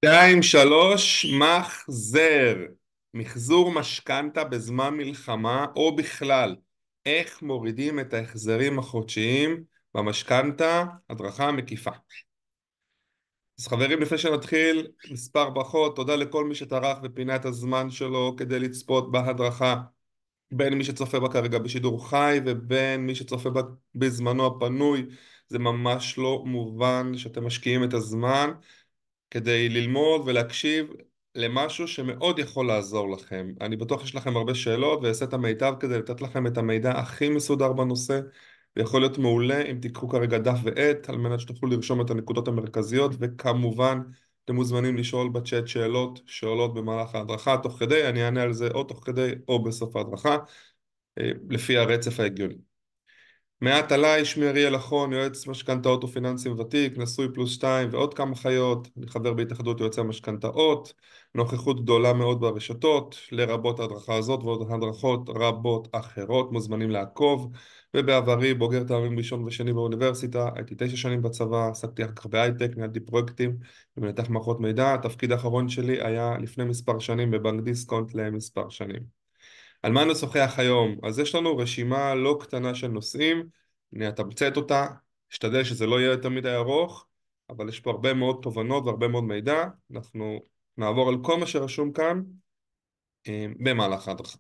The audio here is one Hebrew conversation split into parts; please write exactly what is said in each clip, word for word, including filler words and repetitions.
שתיים, שלוש, מחזר. מחזור משכנתה בזמן מלחמה או בכלל. איך מורידים את ההחזרים החודשיים במשכנתה? הדרכה מקיפה. אז חברים, לפני שנתחיל, מספר ברכות. תודה לכל מי שטרח ופינה את הזמן שלו כדי לצפות בהדרכה. בין מי שצופה בה כרגע בשידור חי ובין מי שצופה בה בזמנו הפנוי. זה ממש לא מובן שאתם משקיעים את הזמן כדי ללמוד ולהקשיב למשהו שמאוד יכול לעזור לכם. אני בטוח שיש לכם הרבה שאלות ואעשה את המיטב כדי לתת לכם את המידע הכי מסודר בנושא, ויכול להיות מעולה אם תיקחו כרגע דף ועט על מנת שתוכלו לרשום את הנקודות המרכזיות, וכמובן אתם מוזמנים לשאול בצ'אט שאלות שעולות במהלך ההדרכה תוך כדי, אני אענה על זה או תוך כדי או בסוף ההדרכה, אה, לפי הרצף ההגיוני. מעט עליי, שמי אריאל אחון, יועץ משכנתאות ופיננסים ותיק, נשוי פלוס שתיים ועוד כמה חיות, אני חבר בהתאחדות יועצי המשכנתאות, נוכחות גדולה מאוד ברשתות, לרבות ההדרכה הזאת ועוד הדרכות רבות אחרות, מוזמנים לעקוב, ובעברי בוגר תארים ראשון ושני באוניברסיטה, הייתי תשע שנים בצבא, עסקתי אחר כך בהייטק, ניהלתי פרויקטים ומנתח מערכות מידע, התפקיד האחרון שלי היה לפני מספר שנים בבנק דיסקונט למספר שנים. על מה נשוחח היום? אז יש לנו רשימה לא קטנה של נושאים, אני אתמצת אותה, אשתדל שזה לא יהיה יותר מדי ארוך, אבל יש פה הרבה מאוד תובנות והרבה מאוד מידע, אנחנו נעבור על כל מה שרשום כאן אה, במהלך ההדרכה.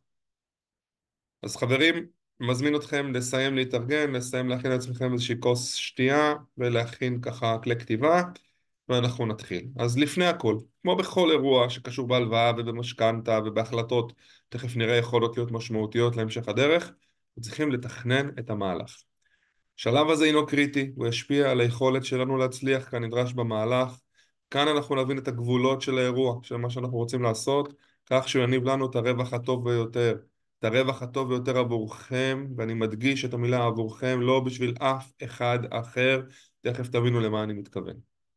אז חברים, מזמין אתכם לסיים להתארגן, לסיים להכין לעצמכם איזושהי כוס שתייה ולהכין ככה כלי כתיבה, ואנחנו נתחיל. אז לפני הכל, כמו בכל אירוע שקשור בהלוואה ובמשכנתה ובהחלטות, תכף נראה יכולות להיות משמעותיות להמשך הדרך, צריכים לתכנן את המהלך. השלב הזה אינו קריטי, הוא ישפיע על היכולת שלנו להצליח כנדרש במהלך. כאן אנחנו נבין את הגבולות של האירוע, של מה שאנחנו רוצים לעשות, כך שהוא יניב לנו את הרווח הטוב ביותר. את הרווח הטוב ביותר עבורכם, ואני מדגיש את המילה עבורכם, לא בשביל אף אחד אחר, תכף תבינו למה אני מתכוון.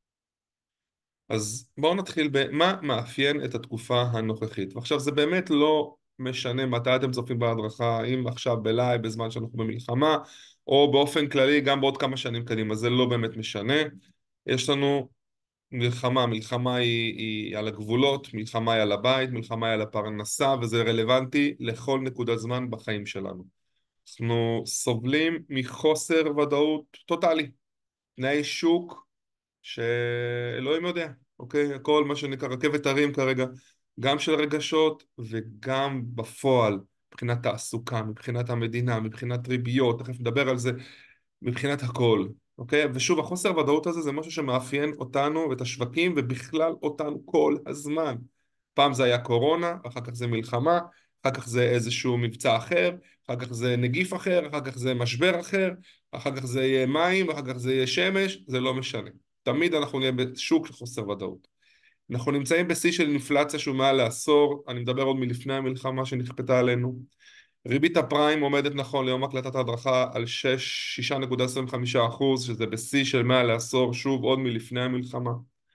אז בואו נתחיל במה מאפיין את התקופה הנוכחית. ועכשיו זה באמת לא משנה מתי אתם צופים בהדרכה, אם עכשיו בלייב בזמן שאנחנו במלחמה, או באופן כללי גם בעוד כמה שנים קדימה, זה לא באמת משנה. יש לנו מלחמה, מלחמה היא, היא על הגבולות, מלחמה היא על הבית, מלחמה היא על הפרנסה, וזה רלוונטי לכל נקודת זמן בחיים שלנו. אנחנו סובלים מחוסר ודאות טוטאלי, תנאי שוק שאלוהים יודע, אוקיי? הכל מה שנקרא רכבת הרים כרגע, גם של רגשות וגם בפועל, מבחינת תעסוקה, מבחינת המדינה, מבחינת ריביות, תכף נדבר על זה, מבחינת הכל, אוקיי? ושוב, החוסר ודאות הזה זה משהו שמאפיין אותנו ואת השווקים ובכלל אותנו כל הזמן. פעם זה היה קורונה, אחר כך זה מלחמה, אחר כך זה איזשהו מבצע אחר, אחר כך זה נגיף אחר, אחר כך זה משבר אחר, אחר כך זה יהיה מים, אחר כך זה יהיה שמש, זה לא משנה. תמיד אנחנו נהיה בשוק של חוסר ודאות. אנחנו נמצאים בשיא של אינפלציה שהוא מעל לעשור, אני מדבר עוד מלפני המלחמה שנכפתה עלינו. ריבית הפריים עומדת נכון ליום הקלטת ההדרכה על שש נקודה עשרים וחמישה אחוז, שזה בשיא של מעל לעשור, שוב עוד מלפני המלחמה.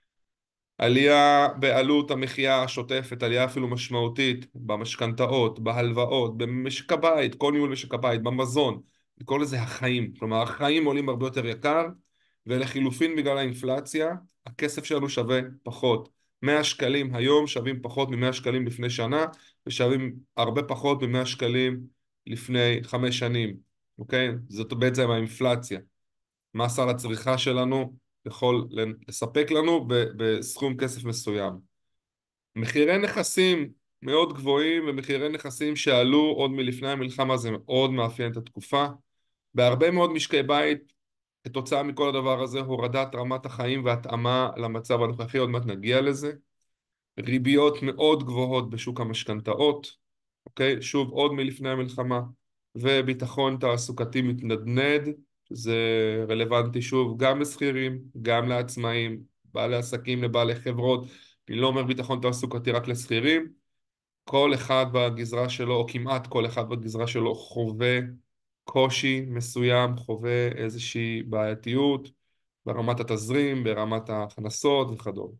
עלייה בעלות המחיה השוטפת, עלייה אפילו משמעותית במשכנתאות, בהלוואות, במשק הבית, כל ניהול משק הבית, במזון, נקרא לזה החיים. כלומר, החיים עולים הרבה יותר יקר, ולחילופין בגלל האינפלציה, הכסף שלנו שווה פחות. מאה שקלים היום שווים פחות מ-מאה שקלים לפני שנה, ושווים הרבה פחות מ-מאה שקלים לפני חמש שנים, אוקיי? זאת בעצם האינפלציה. מס על הצריכה שלנו יכול לספק לנו ב- בסכום כסף מסוים. מחירי נכסים מאוד גבוהים ומחירי נכסים שעלו עוד מלפני המלחמה, זה מאוד מאפיין את התקופה. בהרבה מאוד משקי בית, כתוצאה מכל הדבר הזה, הורדת רמת החיים והתאמה למצב הנוכחי, עוד מעט נגיע לזה. ריביות מאוד גבוהות בשוק המשכנתאות, אוקיי? שוב, עוד מלפני המלחמה. וביטחון תעסוקתי מתנדנד, שזה רלוונטי שוב גם לשכירים, גם לעצמאים, בעלי עסקים, לבעלי חברות. אני לא אומר ביטחון תעסוקתי רק לשכירים. כל אחד בגזרה שלו, או כמעט כל אחד בגזרה שלו, חווה קושי מסוים, חווה איזושהי בעייתיות ברמת התזרים, ברמת ההכנסות וכדומה.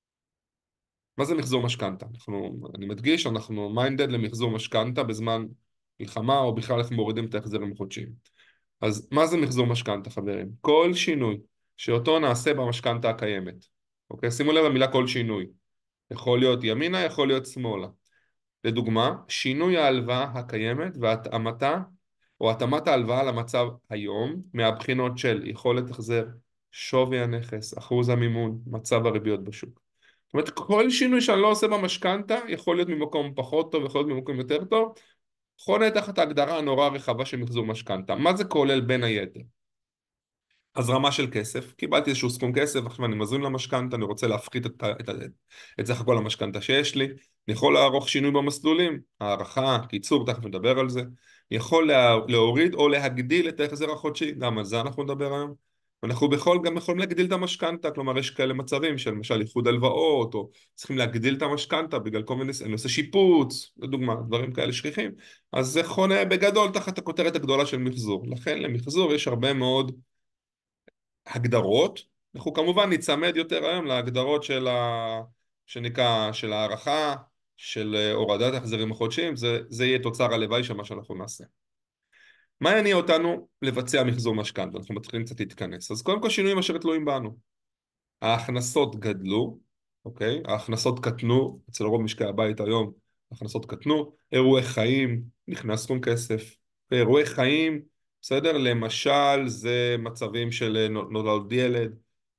מה זה מחזור משכנתה? אנחנו, אני מדגיש, אנחנו מיינדד למחזור משכנתה בזמן מלחמה, או בכלל איך מורידים את ההחזרים החודשיים. אז מה זה מחזור משכנתה, חברים? כל שינוי שאותו נעשה במשכנתה הקיימת. אוקיי? שימו לב למילה כל שינוי. יכול להיות ימינה, יכול להיות שמאלה. לדוגמה, שינוי ההלוואה הקיימת והתאמתה או התאמת ההלוואה למצב היום מהבחינות של יכולת החזר, שווי הנכס, אחוז המימון, מצב הריביות בשוק. זאת אומרת, כל שינוי שאני לא עושה במשכנתה יכול להיות ממקום פחות טוב, יכול להיות ממקום יותר טוב, חונה תחת ההגדרה הנורא רחבה של מחזור משכנתה. מה זה כולל בין היתר? הזרמה של כסף, קיבלתי איזשהו סכום כסף, עכשיו אני מזרים למשכנתה, אני רוצה להפחית את, את, את, את סך הכל המשכנתה שיש לי, אני יכול לערוך שינוי במסלולים, הערכה, קיצור, תכף נדבר על זה, אני יכול לה, להוריד או להגדיל את ההחזר החודשי, גם על זה אנחנו נדבר היום, ואנחנו בכל, גם יכולים להגדיל את המשכנתה, כלומר יש כאלה מצבים של למשל איחוד הלוואות, או צריכים להגדיל את המשכנתה בגלל כל מיני, אני עושה שיפוץ, לדוגמה, דברים כאלה שכיחים, אז זה חונה בגדול תחת הכותרת הגדולה של מחזור, לכן למחזור יש הרבה מאוד הגדרות, אנחנו כמובן ניצמד יותר היום להגדרות של ה... שנקרא, של הערכה, של אה, הורדת החזרים החודשיים, זה, זה יהיה תוצר הלוואי של מה שאנחנו נעשה. מה יניע אותנו לבצע מחזור משכנתא? אנחנו מתחילים קצת להתכנס. אז קודם כל שינויים אשר תלויים בנו. ההכנסות גדלו, אוקיי? ההכנסות קטנו, אצל רוב משקי הבית היום ההכנסות קטנו, אירועי חיים, נכנס סכום כסף, אירועי חיים, בסדר? למשל זה מצבים של אה, נולד ילד,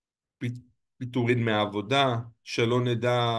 פיטורין מהעבודה, שלא נדע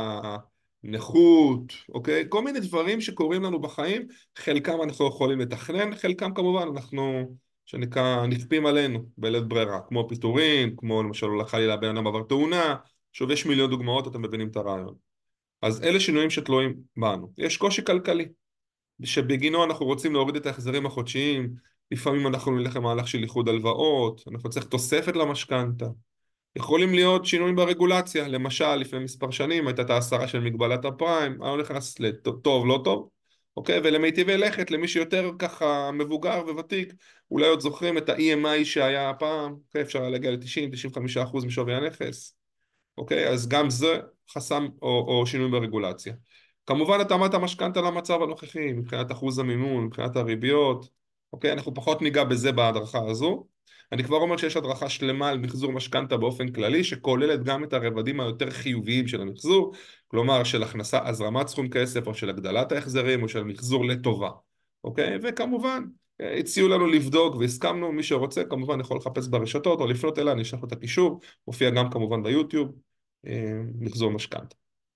נכות, אוקיי? כל מיני דברים שקורים לנו בחיים, חלקם אנחנו יכולים לתכנן, חלקם כמובן אנחנו, שנקרא, נכפים עלינו בלית ברירה, כמו פיטורין, כמו למשל חלילה בן אדם עבר תאונה, שוב יש מיליון דוגמאות, אתם מבינים את הרעיון. אז אלה שינויים שתלויים בנו. יש קושי כלכלי, שבגינו אנחנו רוצים להוריד את ההחזרים החודשיים, לפעמים אנחנו נלך למהלך של איחוד הלוואות, אנחנו צריך תוספת למשכנתא. יכולים להיות שינויים ברגולציה, למשל לפני מספר שנים הייתה את ההסרה של מגבלת הפריים, היה נכנס לטוב לא טוב, אוקיי? ולמיטיבי לכת, למי שיותר ככה מבוגר וותיק, אולי עוד זוכרים את ה-אי אם איי שהיה הפעם, אוקיי? אפשר להגיע ל-תשעים עד תשעים וחמישה אחוז משווי הנכס, אוקיי? אז גם זה חסם או, או שינוי ברגולציה. כמובן התאמת המשכנתא למצב הנוכחי, מבחינת אחוז המימון, מבחינת הריביות, אוקיי? אנחנו פחות ניגע בזה בהדרכה הזו. אני כבר אומר שיש הדרכה שלמה על מחזור משכנתא באופן כללי, שכוללת גם את הרבדים היותר חיוביים של המחזור, כלומר של הכנסה, הזרמת סכום כסף, או של הגדלת ההחזרים, או של מחזור לטובה, אוקיי? וכמובן, הציעו לנו לבדוק והסכמנו, מי שרוצה כמובן יכול לחפש ברשתות או לפנות אליי, אני אשלח את הקישור, מופיע גם כמובן ביוטיוב, מחזור משכנתא.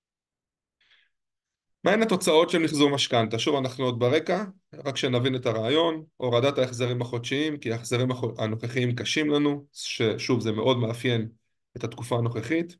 מהן התוצאות של מחזור משכנתא? שוב, אנחנו עוד ברקע, רק שנבין את הרעיון, הורדת ההחזרים החודשיים, כי ההחזרים הנוכחיים קשים לנו, ששוב זה מאוד מאפיין את התקופה הנוכחית,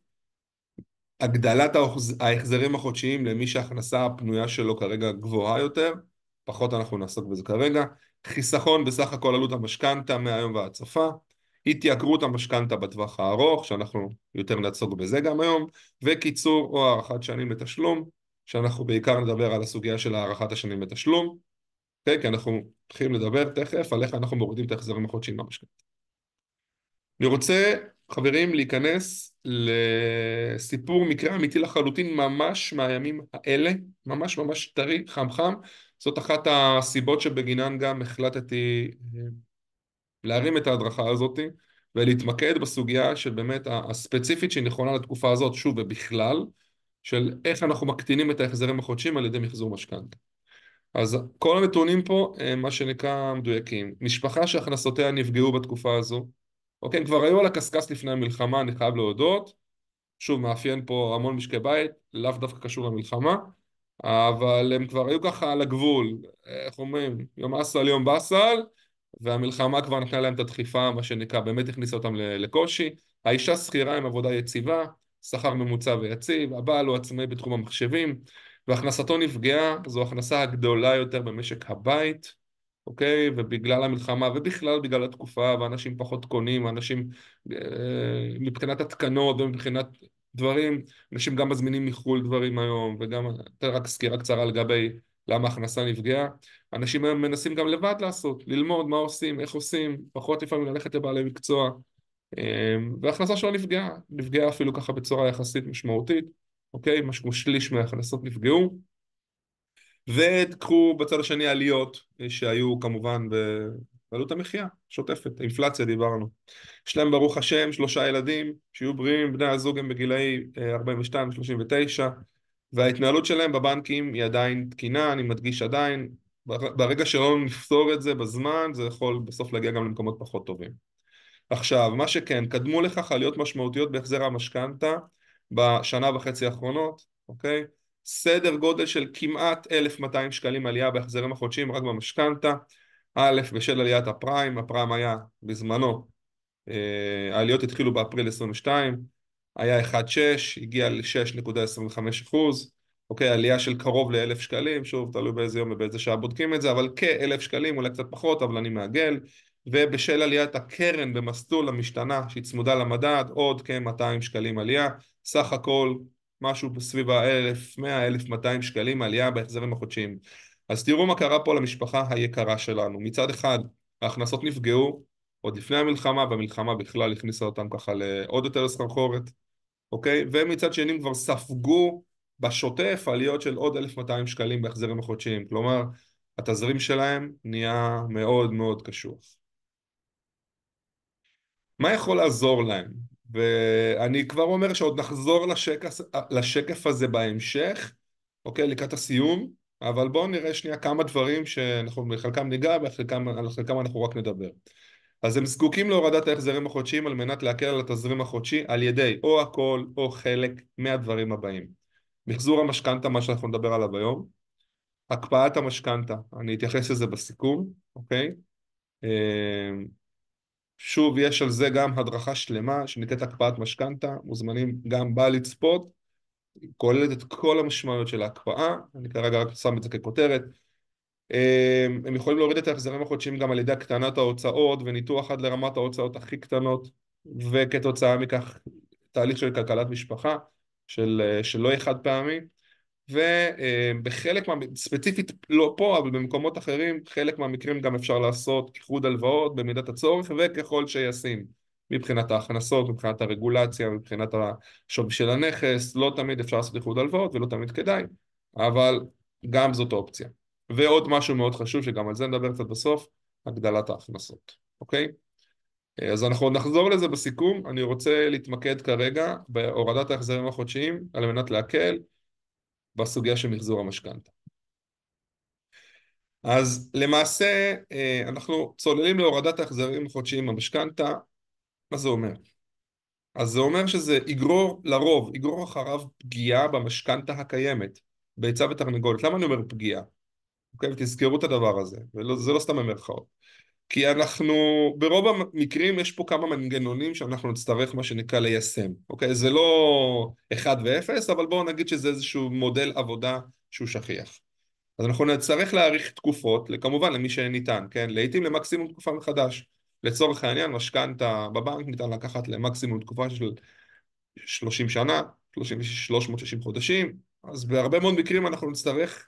הגדלת ההחזרים החודשיים למי שההכנסה הפנויה שלו כרגע גבוהה יותר, פחות אנחנו נעסוק בזה כרגע, חיסכון בסך הכל עלות המשכנתא מהיום ועד סופה, התייקרות המשכנתא בטווח הארוך, שאנחנו יותר נעסוק בזה גם היום, וקיצור או הארכת שנים לתשלום, שאנחנו בעיקר נדבר על הסוגיה של הארכת השנים לתשלום, okay? כי אנחנו מתחילים לדבר תכף על איך אנחנו מורידים את ההחזרים החודשיים במשכנתא. אני רוצה, חברים, להיכנס לסיפור מקרה אמיתי לחלוטין ממש מהימים האלה, ממש ממש טרי, חם חם. זאת אחת הסיבות שבגינן גם החלטתי להרים את ההדרכה הזאת ולהתמקד בסוגיה של באמת הספציפית שהיא נכונה לתקופה הזאת, שוב ובכלל, של איך אנחנו מקטינים את ההחזרים החודשיים על ידי מחזור משכנתא. אז כל הנתונים פה הם מה שנקרא מדויקים. משפחה שהכנסותיה נפגעו בתקופה הזו, אוקיי, הם כבר היו על הקשקש לפני המלחמה, אני חייב להודות, שוב מאפיין פה המון משקי בית, לאו דווקא קשור למלחמה, אבל הם כבר היו ככה על הגבול, איך אומרים, יום אסל יום באסל, והמלחמה כבר נתנה להם את הדחיפה, מה שנקרא, באמת הכניסה אותם לקושי. האישה שכירה עם עבודה יציבה, שכר ממוצע ויציב, הבעל הוא עצמאי בתחום המחשבים, והכנסתו נפגעה, זו הכנסה הגדולה יותר במשק הבית, אוקיי? ובגלל המלחמה, ובכלל בגלל התקופה, ואנשים פחות קונים, ואנשים אה, מבחינת התקנות ומבחינת דברים, אנשים גם מזמינים מחו"ל דברים היום, וגם, אתן רק סקירה קצרה לגבי למה ההכנסה נפגעה. אנשים היום מנסים גם לבד לעשות, ללמוד מה עושים, איך עושים, פחות לפעמים ללכת לבעלי מקצוע, וההכנסה שלו נפגעה, נפגעה אפילו ככה בצורה יחסית משמעותית, אוקיי? משהו כמו שליש מההכנסות נפגעו, ותקחו בצד השני עליות שהיו כמובן עלות המחיה, שוטפת, אינפלציה דיברנו. יש להם ברוך השם שלושה ילדים, שיהיו בריאים, בני הזוג הם בגילאי אה, ארבעים ושתיים שלושים ותשע, וההתנהלות שלהם בבנקים היא עדיין תקינה, אני מדגיש עדיין, בר- ברגע שלא נפתור את זה בזמן, זה יכול בסוף להגיע גם למקומות פחות טובים. עכשיו, מה שכן, קדמו לכך עליות משמעותיות בהחזר המשכנתה בשנה וחצי האחרונות, אוקיי? סדר גודל של כמעט אלף ומאתיים שקלים עלייה בהחזרים החודשיים רק במשכנתה. א', בשל עליית הפריים, הפריים היה בזמנו, אה, העליות התחילו באפריל עשרים ושתיים, היה אחד נקודה שש, הגיע ל-שש נקודה עשרים וחמש אחוז, אוקיי, עלייה של קרוב לאלף שקלים, שוב, תלוי באיזה יום ובאיזה שעה בודקים את זה, אבל כאלף שקלים, אולי קצת פחות, אבל אני מעגל, ובשל עליית הקרן במסלול המשתנה, שהיא צמודה למדד, עוד כ-מאתיים שקלים עלייה, סך הכל משהו בסביב ה-אלף ומאה אלף ומאתיים שקלים עלייה בהחזרים החודשיים. אז תראו מה קרה פה למשפחה היקרה שלנו. מצד אחד, ההכנסות נפגעו, עוד לפני המלחמה, והמלחמה בכלל הכניסה אותם ככה לעוד יותר סחרחורת, אוקיי? ומצד שני הם כבר ספגו בשוטף עליות של עוד אלף ומאתיים שקלים בהחזרים החודשיים. כלומר, התזרים שלהם נהיה מאוד מאוד קשוח. מה יכול לעזור להם? ואני כבר אומר שעוד נחזור לשקף, לשקף הזה בהמשך, אוקיי? לקראת הסיום, אבל בואו נראה שנייה כמה דברים שאנחנו בחלקם ניגע, ועל חלקם אנחנו רק נדבר. אז הם זקוקים להורדת ההחזרים החודשיים על מנת להקל על התזרים החודשי על ידי או הכל או חלק מהדברים הבאים. מחזור המשכנתה, מה שאנחנו נדבר עליו היום, הקפאת המשכנתה, אני אתייחס לזה בסיכום, אוקיי? שוב, יש על זה גם הדרכה שלמה שנקראת הקפאת משכנתה, מוזמנים גם בה לצפות, כוללת את כל המשמעויות של ההקפאה, אני כרגע רק שם את זה ככותרת. הם יכולים להוריד את ההחזרים החודשיים גם על ידי הקטנת ההוצאות וניתוח עד לרמת ההוצאות הכי קטנות, וכתוצאה מכך תהליך של כלכלת משפחה, של, שלא יהיה חד פעמי, ובחלק, מה, ספציפית לא פה, אבל במקומות אחרים, חלק מהמקרים גם אפשר לעשות איחוד הלוואות במידת הצורך, וככל שישים, מבחינת ההכנסות, מבחינת הרגולציה, מבחינת השווי של הנכס, לא תמיד אפשר לעשות איחוד הלוואות ולא תמיד כדאי, אבל גם זאת אופציה. ועוד משהו מאוד חשוב, שגם על זה נדבר קצת בסוף, הגדלת ההכנסות, אוקיי? אז אנחנו נחזור לזה בסיכום, אני רוצה להתמקד כרגע בהורדת ההחזרים החודשיים, על מנת להקל בסוגיה של מחזור המשכנתה. אז למעשה אנחנו צוללים להורדת ההחזרים החודשיים במשכנתה. מה זה אומר? אז זה אומר שזה יגרור, לרוב, יגרור אחריו פגיעה במשכנתה הקיימת, ביצה ותרנגולת. למה אני אומר פגיעה? אוקיי, ותזכרו את הדבר הזה, וזה לא סתם במרכאות. כי אנחנו, ברוב המקרים יש פה כמה מנגנונים שאנחנו נצטרך מה שנקרא ליישם, אוקיי? זה לא אחד ואפס, אבל בואו נגיד שזה איזשהו מודל עבודה שהוא שכיח. אז אנחנו נצטרך להאריך תקופות, כמובן למי שניתן, כן? לעתים למקסימום תקופה מחדש. לצורך העניין, משכנתה בבנק ניתן לקחת למקסימום תקופה של שלושים שנה, שלוש מאות ושישים חודשים, אז בהרבה מאוד מקרים אנחנו נצטרך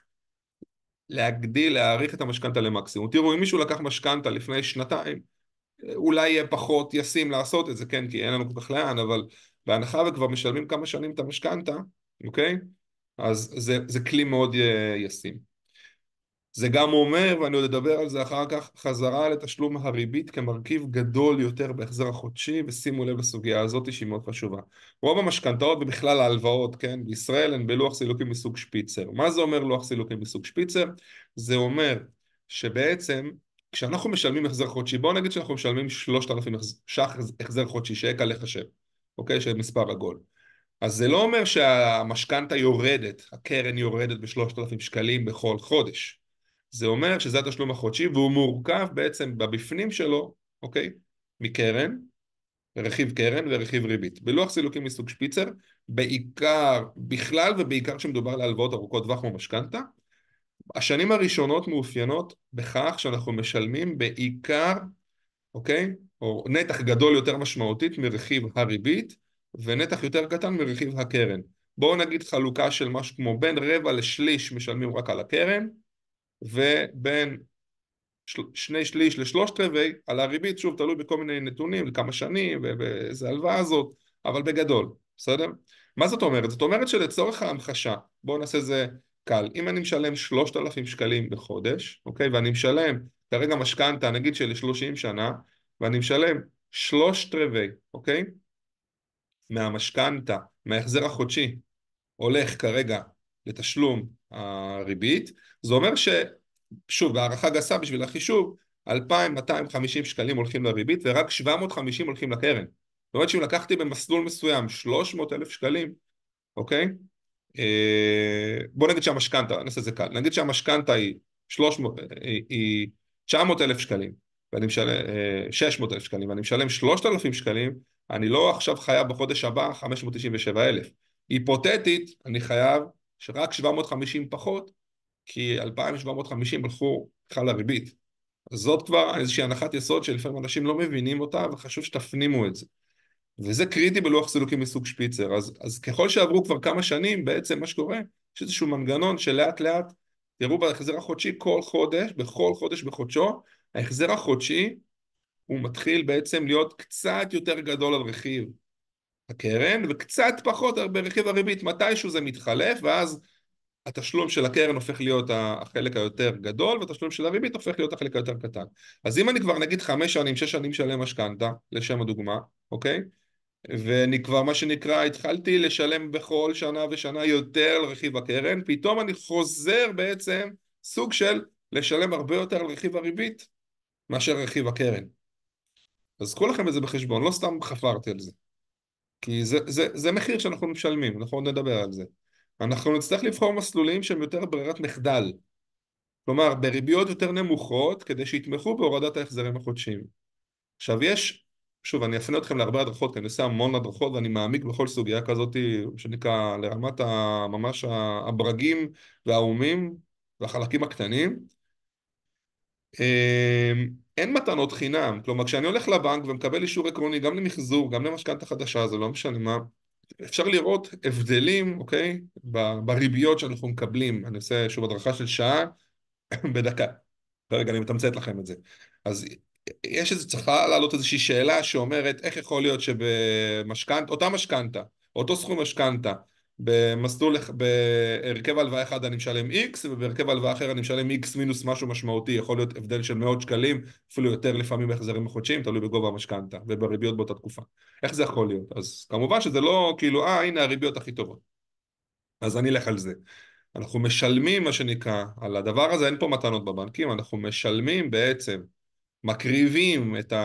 להגדיל, להאריך את המשכנתה למקסימום. תראו, אם מישהו לקח משכנתה לפני שנתיים, אולי יהיה פחות ישים לעשות את זה, כן, כי אין לנו כל כך לאן, אבל בהנחה וכבר משלמים כמה שנים את המשכנתה, אוקיי? אז זה, זה כלי מאוד ישים. זה גם אומר, ואני עוד אדבר על זה אחר כך, חזרה לתשלום הריבית כמרכיב גדול יותר בהחזר החודשי, ושימו לב לסוגיה הזאת שהיא מאוד חשובה. רוב המשכנתאות ובכלל ההלוואות, כן, בישראל הן בלוח סילוקין מסוג שפיצר. מה זה אומר לוח סילוקין מסוג שפיצר? זה אומר שבעצם כשאנחנו משלמים החזר חודשי, בואו נגיד שאנחנו משלמים שלושת אלפים ש"ח החזר חודשי, שיהיה קל לחשב, אוקיי? שמספר עגול. אז זה לא אומר שהמשכנתה יורדת, הקרן יורדת ב-שלושת אלפים שקלים בכל חודש. זה אומר שזה התשלום החודשי, והוא מורכב בעצם בבפנים שלו, אוקיי? מקרן, רכיב קרן ורכיב ריבית. בלוח סילוקים מסוג שפיצר, בעיקר, בכלל ובעיקר כשמדובר להלוואות ארוכות טווח כמו משכנתה, השנים הראשונות מאופיינות בכך שאנחנו משלמים בעיקר, אוקיי? או נתח גדול יותר משמעותית מרכיב הריבית, ונתח יותר קטן מרכיב הקרן. בואו נגיד חלוקה של משהו כמו בין רבע לשליש משלמים רק על הקרן, ובין שני שליש לשלושת רבעי על הריבית, שוב תלוי בכל מיני נתונים, לכמה שנים ובאיזה הלוואה הזאת, אבל בגדול, בסדר? מה זאת אומרת? זאת אומרת שלצורך ההמחשה, בואו נעשה זה קל, אם אני משלם שלושת אלפים שקלים בחודש, אוקיי, ואני משלם כרגע משכנתה, נגיד של שלושים שנה, ואני משלם שלושת רבעי, אוקיי? מהמשכנתה, מההחזר החודשי, הולך כרגע לתשלום הריבית, זה אומר ש, שוב, בהערכה גסה בשביל החישוב, אלפיים מאתיים וחמישים שקלים הולכים לריבית ורק שבע מאות וחמישים הולכים לקרן. זאת אומרת שאם לקחתי במסלול מסוים שלוש מאות אלף שקלים, אוקיי? אה, בוא נגיד שהמשכנתה, נעשה את זה קל, נגיד שהמשכנתה היא שלוש מאות, היא, היא תשע מאות אלף שקלים, ואני משלם, אה, שש מאות אלף שקלים, ואני משלם שלושת אלפים שקלים, אני לא עכשיו חייב בחודש הבא חמש מאות תשעים ושבע אלף. היפותטית, אני חייב שרק שבע מאות וחמישים פחות, כי אלפיים שבע מאות וחמישים הלכו בכלל לריבית. אז זאת כבר איזושהי הנחת יסוד שלפעמים אנשים לא מבינים אותה, וחשוב שתפנימו את זה. וזה קריטי בלוח סילוקין מסוג שפיצר. אז, אז ככל שעברו כבר כמה שנים, בעצם מה שקורה, יש איזשהו מנגנון שלאט לאט, תראו בהחזר החודשי כל חודש, בכל חודש בחודשו, ההחזר החודשי הוא מתחיל בעצם להיות קצת יותר גדול על רכיב הקרן, וקצת פחות ברכיב הריבית, מתישהו זה מתחלף, ואז התשלום של הקרן הופך להיות החלק היותר גדול, והתשלום של הריבית הופך להיות החלק היותר קטן. אז אם אני כבר נגיד חמש שנים, שש שנים שלם משכנתה, לשם הדוגמה, אוקיי? ואני כבר מה שנקרא התחלתי לשלם בכל שנה ושנה יותר על רכיב הקרן, פתאום אני חוזר בעצם סוג של לשלם הרבה יותר על רכיב הריבית מאשר רכיב הקרן. אז קחו לכם את זה בחשבון, לא סתם חפרתי על זה, כי זה, זה, זה מחיר שאנחנו משלמים, אנחנו עוד נדבר על זה. אנחנו נצטרך לבחור מסלולים שהם יותר ברירת מחדל, כלומר בריביות יותר נמוכות כדי שיתמכו בהורדת ההחזרים החודשיים. עכשיו יש, שוב, אני אפנה אתכם להרבה הדרכות, כי אני עושה המון הדרכות ואני מעמיק בכל סוגיה כזאת, שנקרא לרמת ה, ממש הברגים והאומים והחלקים הקטנים. אין מתנות חינם, כלומר כשאני הולך לבנק ומקבל אישור עקרוני גם למחזור, גם למשכנתה חדשה, זה לא משנה מה, אפשר לראות הבדלים, אוקיי, בריביות שאנחנו מקבלים. אני עושה שוב הדרכה של שעה בדקה. כרגע אני מתמצת לכם את זה. אז יש איזה, צריכה לעלות איזושהי שאלה שאומרת איך יכול להיות שבמשכנתה, אותה משכנתה, אותו סכום משכנתה, במסלול, בהרכב הלוואה אחד אני משלם X, ובהרכב הלוואה אחר אני משלם X מינוס משהו משמעותי, יכול להיות הבדל של מאות שקלים, אפילו יותר לפעמים בהחזרים החודשיים, תלוי בגובה המשכנתה, ובריביות באותה תקופה. איך זה יכול להיות? אז כמובן שזה לא כאילו, אה, הנה הריביות הכי טובות. אז אני אלך על זה. אנחנו משלמים מה שנקרא, על הדבר הזה אין פה מתנות בבנקים, אנחנו משלמים בעצם, מקריבים את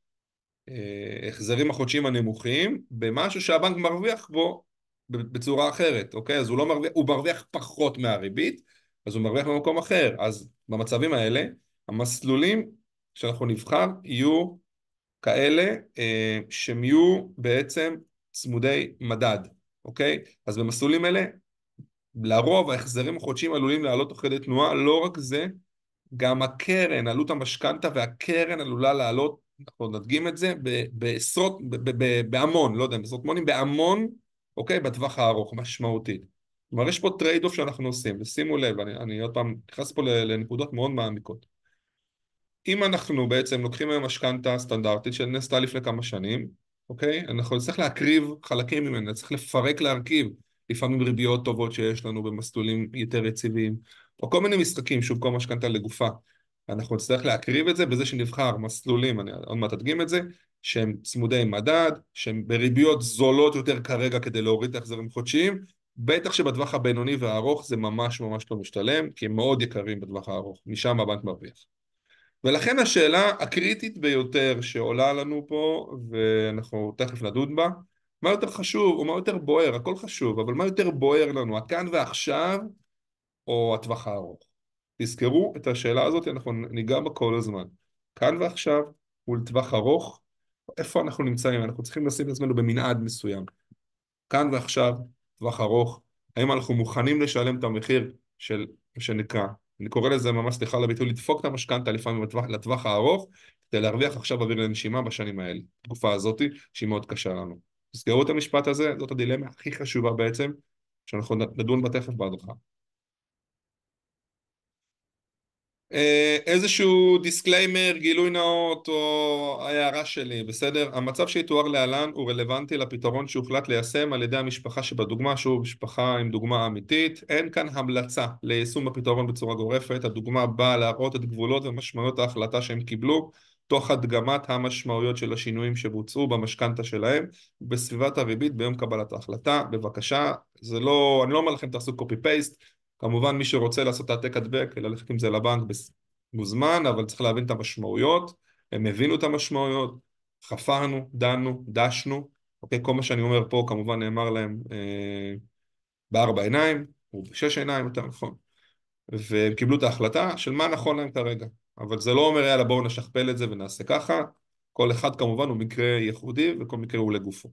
ההחזרים החודשיים הנמוכים במשהו שהבנק מרוויח בו בצורה אחרת, אוקיי? אז הוא לא מרוויח, הוא מרוויח פחות מהריבית, אז הוא מרוויח במקום אחר. אז במצבים האלה, המסלולים שאנחנו נבחר יהיו כאלה אה, שהם יהיו בעצם צמודי מדד, אוקיי? אז במסלולים האלה לרוב ההחזרים החודשיים עלולים לעלות תוך כדי תנועה, לא רק זה, גם הקרן, עלות המשכנתה והקרן עלולה לעלות, אנחנו נדגים את זה, בעשרות, בהמון, לא יודע, בעשרות מונים, בהמון, אוקיי, בטווח הארוך, משמעותית. כלומר, יש פה טרייד אוף שאנחנו עושים, ושימו לב, אני, אני עוד פעם נכנס פה לנקודות מאוד מעמיקות. אם אנחנו בעצם לוקחים היום משכנתה סטנדרטית שנעשתה לפני כמה שנים, אוקיי? אנחנו נצטרך להקריב חלקים ממנה, צריך לפרק להרכיב, לפעמים ריביות טובות שיש לנו במסלולים יותר יציבים, או כל מיני משחקים, שוב, כל משכנתה לגופה. אנחנו נצטרך להקריב את זה בזה שנבחר מסלולים, אני עוד מעט אדגים את זה, שהם צמודי מדד, שהם בריביות זולות יותר כרגע כדי להוריד את ההחזרים חודשיים, בטח שבטווח הבינוני והארוך זה ממש ממש לא משתלם, כי הם מאוד יקרים בטווח הארוך, משם הבנק מרוויח. ולכן השאלה הקריטית ביותר שעולה לנו פה, ואנחנו תכף נדון בה, מה יותר חשוב או מה יותר בוער, הכל חשוב, אבל מה יותר בוער לנו, הכאן ועכשיו או הטווח הארוך? תזכרו את השאלה הזאת, אנחנו ניגע בה כל הזמן. כאן ועכשיו מול טווח ארוך, איפה אנחנו נמצאים? אנחנו צריכים לשים את עצמנו במנעד מסוים. כאן ועכשיו, טווח ארוך, האם אנחנו מוכנים לשלם את המחיר של מה שנקרא, אני קורא לזה ממש, סליחה על הביטוי, לדפוק את המשכנתה לפעמים לטווח, לטווח הארוך, כדי להרוויח עכשיו אוויר לנשימה בשנים האלה, תקופה הזאת שהיא מאוד קשה לנו. תזכרו את המשפט הזה, זאת הדילמה הכי חשובה בעצם, שאנחנו נדון בה תכף בהדרכה. אה, איזשהו דיסקליימר, גילוי נאות או הערה שלי, בסדר? המצב שיתואר להלן הוא רלוונטי לפתרון שהוחלט ליישם על ידי המשפחה שבדוגמה, שוב, משפחה עם דוגמה אמיתית. אין כאן המלצה ליישום הפתרון בצורה גורפת. הדוגמה באה להראות את גבולות ומשמעויות ההחלטה שהם קיבלו, תוך הדגמת המשמעויות של השינויים שבוצעו במשכנתה שלהם בסביבת הריבית ביום קבלת ההחלטה. בבקשה, זה לא, אני לא אומר לכם תעשו קופי פייסט. כמובן מי שרוצה לעשות העתק הדבק, ללכת עם זה לבנק מוזמן, אבל צריך להבין את המשמעויות. הם הבינו את המשמעויות, חפרנו, דנו, דשנו, אוקיי? כל מה שאני אומר פה כמובן נאמר להם אה, בארבע עיניים, או בשש עיניים יותר נכון, והם קיבלו את ההחלטה של מה נכון להם כרגע. אבל זה לא אומר יאללה בואו נשכפל את זה ונעשה ככה. כל אחד כמובן הוא מקרה ייחודי וכל מקרה הוא לגופו.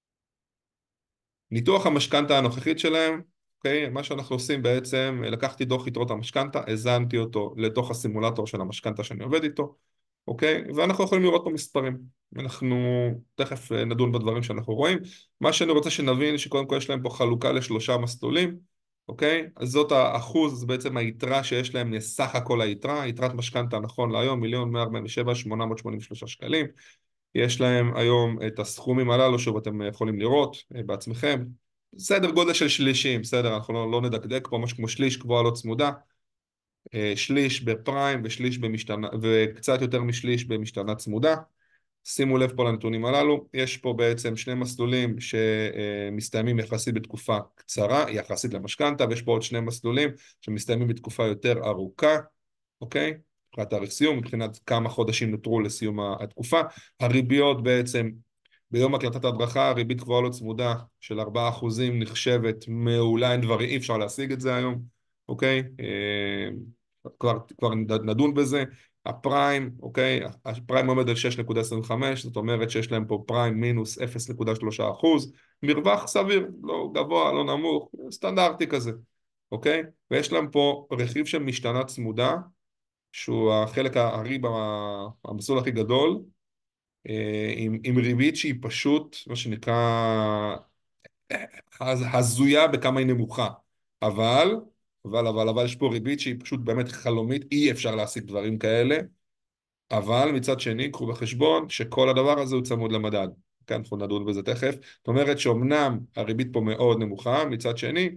ניתוח המשכנתה הנוכחית שלהם, אוקיי? מה שאנחנו עושים בעצם, לקחתי דוח יתרות המשכנתה, הזנתי אותו לתוך הסימולטור של המשכנתה שאני עובד איתו, אוקיי? ואנחנו יכולים לראות פה מספרים. אנחנו תכף נדון בדברים שאנחנו רואים. מה שאני רוצה שנבין, שקודם כל יש להם פה חלוקה לשלושה מסלולים, אוקיי? אז זאת האחוז, זה בעצם היתרה שיש להם מסך הכל היתרה, יתרת משכנתה נכון להיום, מיליון מאה ארבעים ושבע אלף שמונה מאות שמונים ושלושה שקלים. יש להם היום את הסכומים הללו, שוב אתם יכולים לראות אה, בעצמכם. סדר גודל של שלישים, בסדר, אנחנו לא, לא נדקדק פה, משהו כמו שליש קבועה לא צמודה, אה, שליש בפריים ושליש במשתנה, וקצת יותר משליש במשתנה צמודה. שימו לב פה לנתונים הללו, יש פה בעצם שני מסלולים שמסתיימים יחסית בתקופה קצרה, יחסית למשכנתה, ויש פה עוד שני מסלולים שמסתיימים בתקופה יותר ארוכה, אוקיי? מבחינת תאריך סיום, מבחינת כמה חודשים נותרו לסיום התקופה. הריביות בעצם, ביום הקלטת ההדרכה, ריבית קבועה לא צמודה של ארבעה אחוזים נחשבת מעולה, אין דברים, אי אפשר להשיג את זה היום, אוקיי? אה, כבר, כבר נדון בזה. הפריים, אוקיי? הפריים עומד על שש נקודה עשרים וחמש, זאת אומרת שיש להם פה פריים מינוס אפס נקודה שלושה אחוז, מרווח סביר, לא גבוה, לא נמוך, סטנדרטי כזה, אוקיי? ויש להם פה רכיב של משתנה צמודה, שהוא החלק הארי במסלול הכי גדול, אה, עם, עם ריבית שהיא פשוט, מה שנקרא, הז- הזויה בכמה היא נמוכה. אבל, אבל, אבל, אבל יש פה ריבית שהיא פשוט באמת חלומית, אי אפשר להשיג דברים כאלה, אבל מצד שני, קחו בחשבון שכל הדבר הזה הוא צמוד למדד. כן, אנחנו נדון בזה תכף. זאת אומרת שאומנם הריבית פה מאוד נמוכה, מצד שני,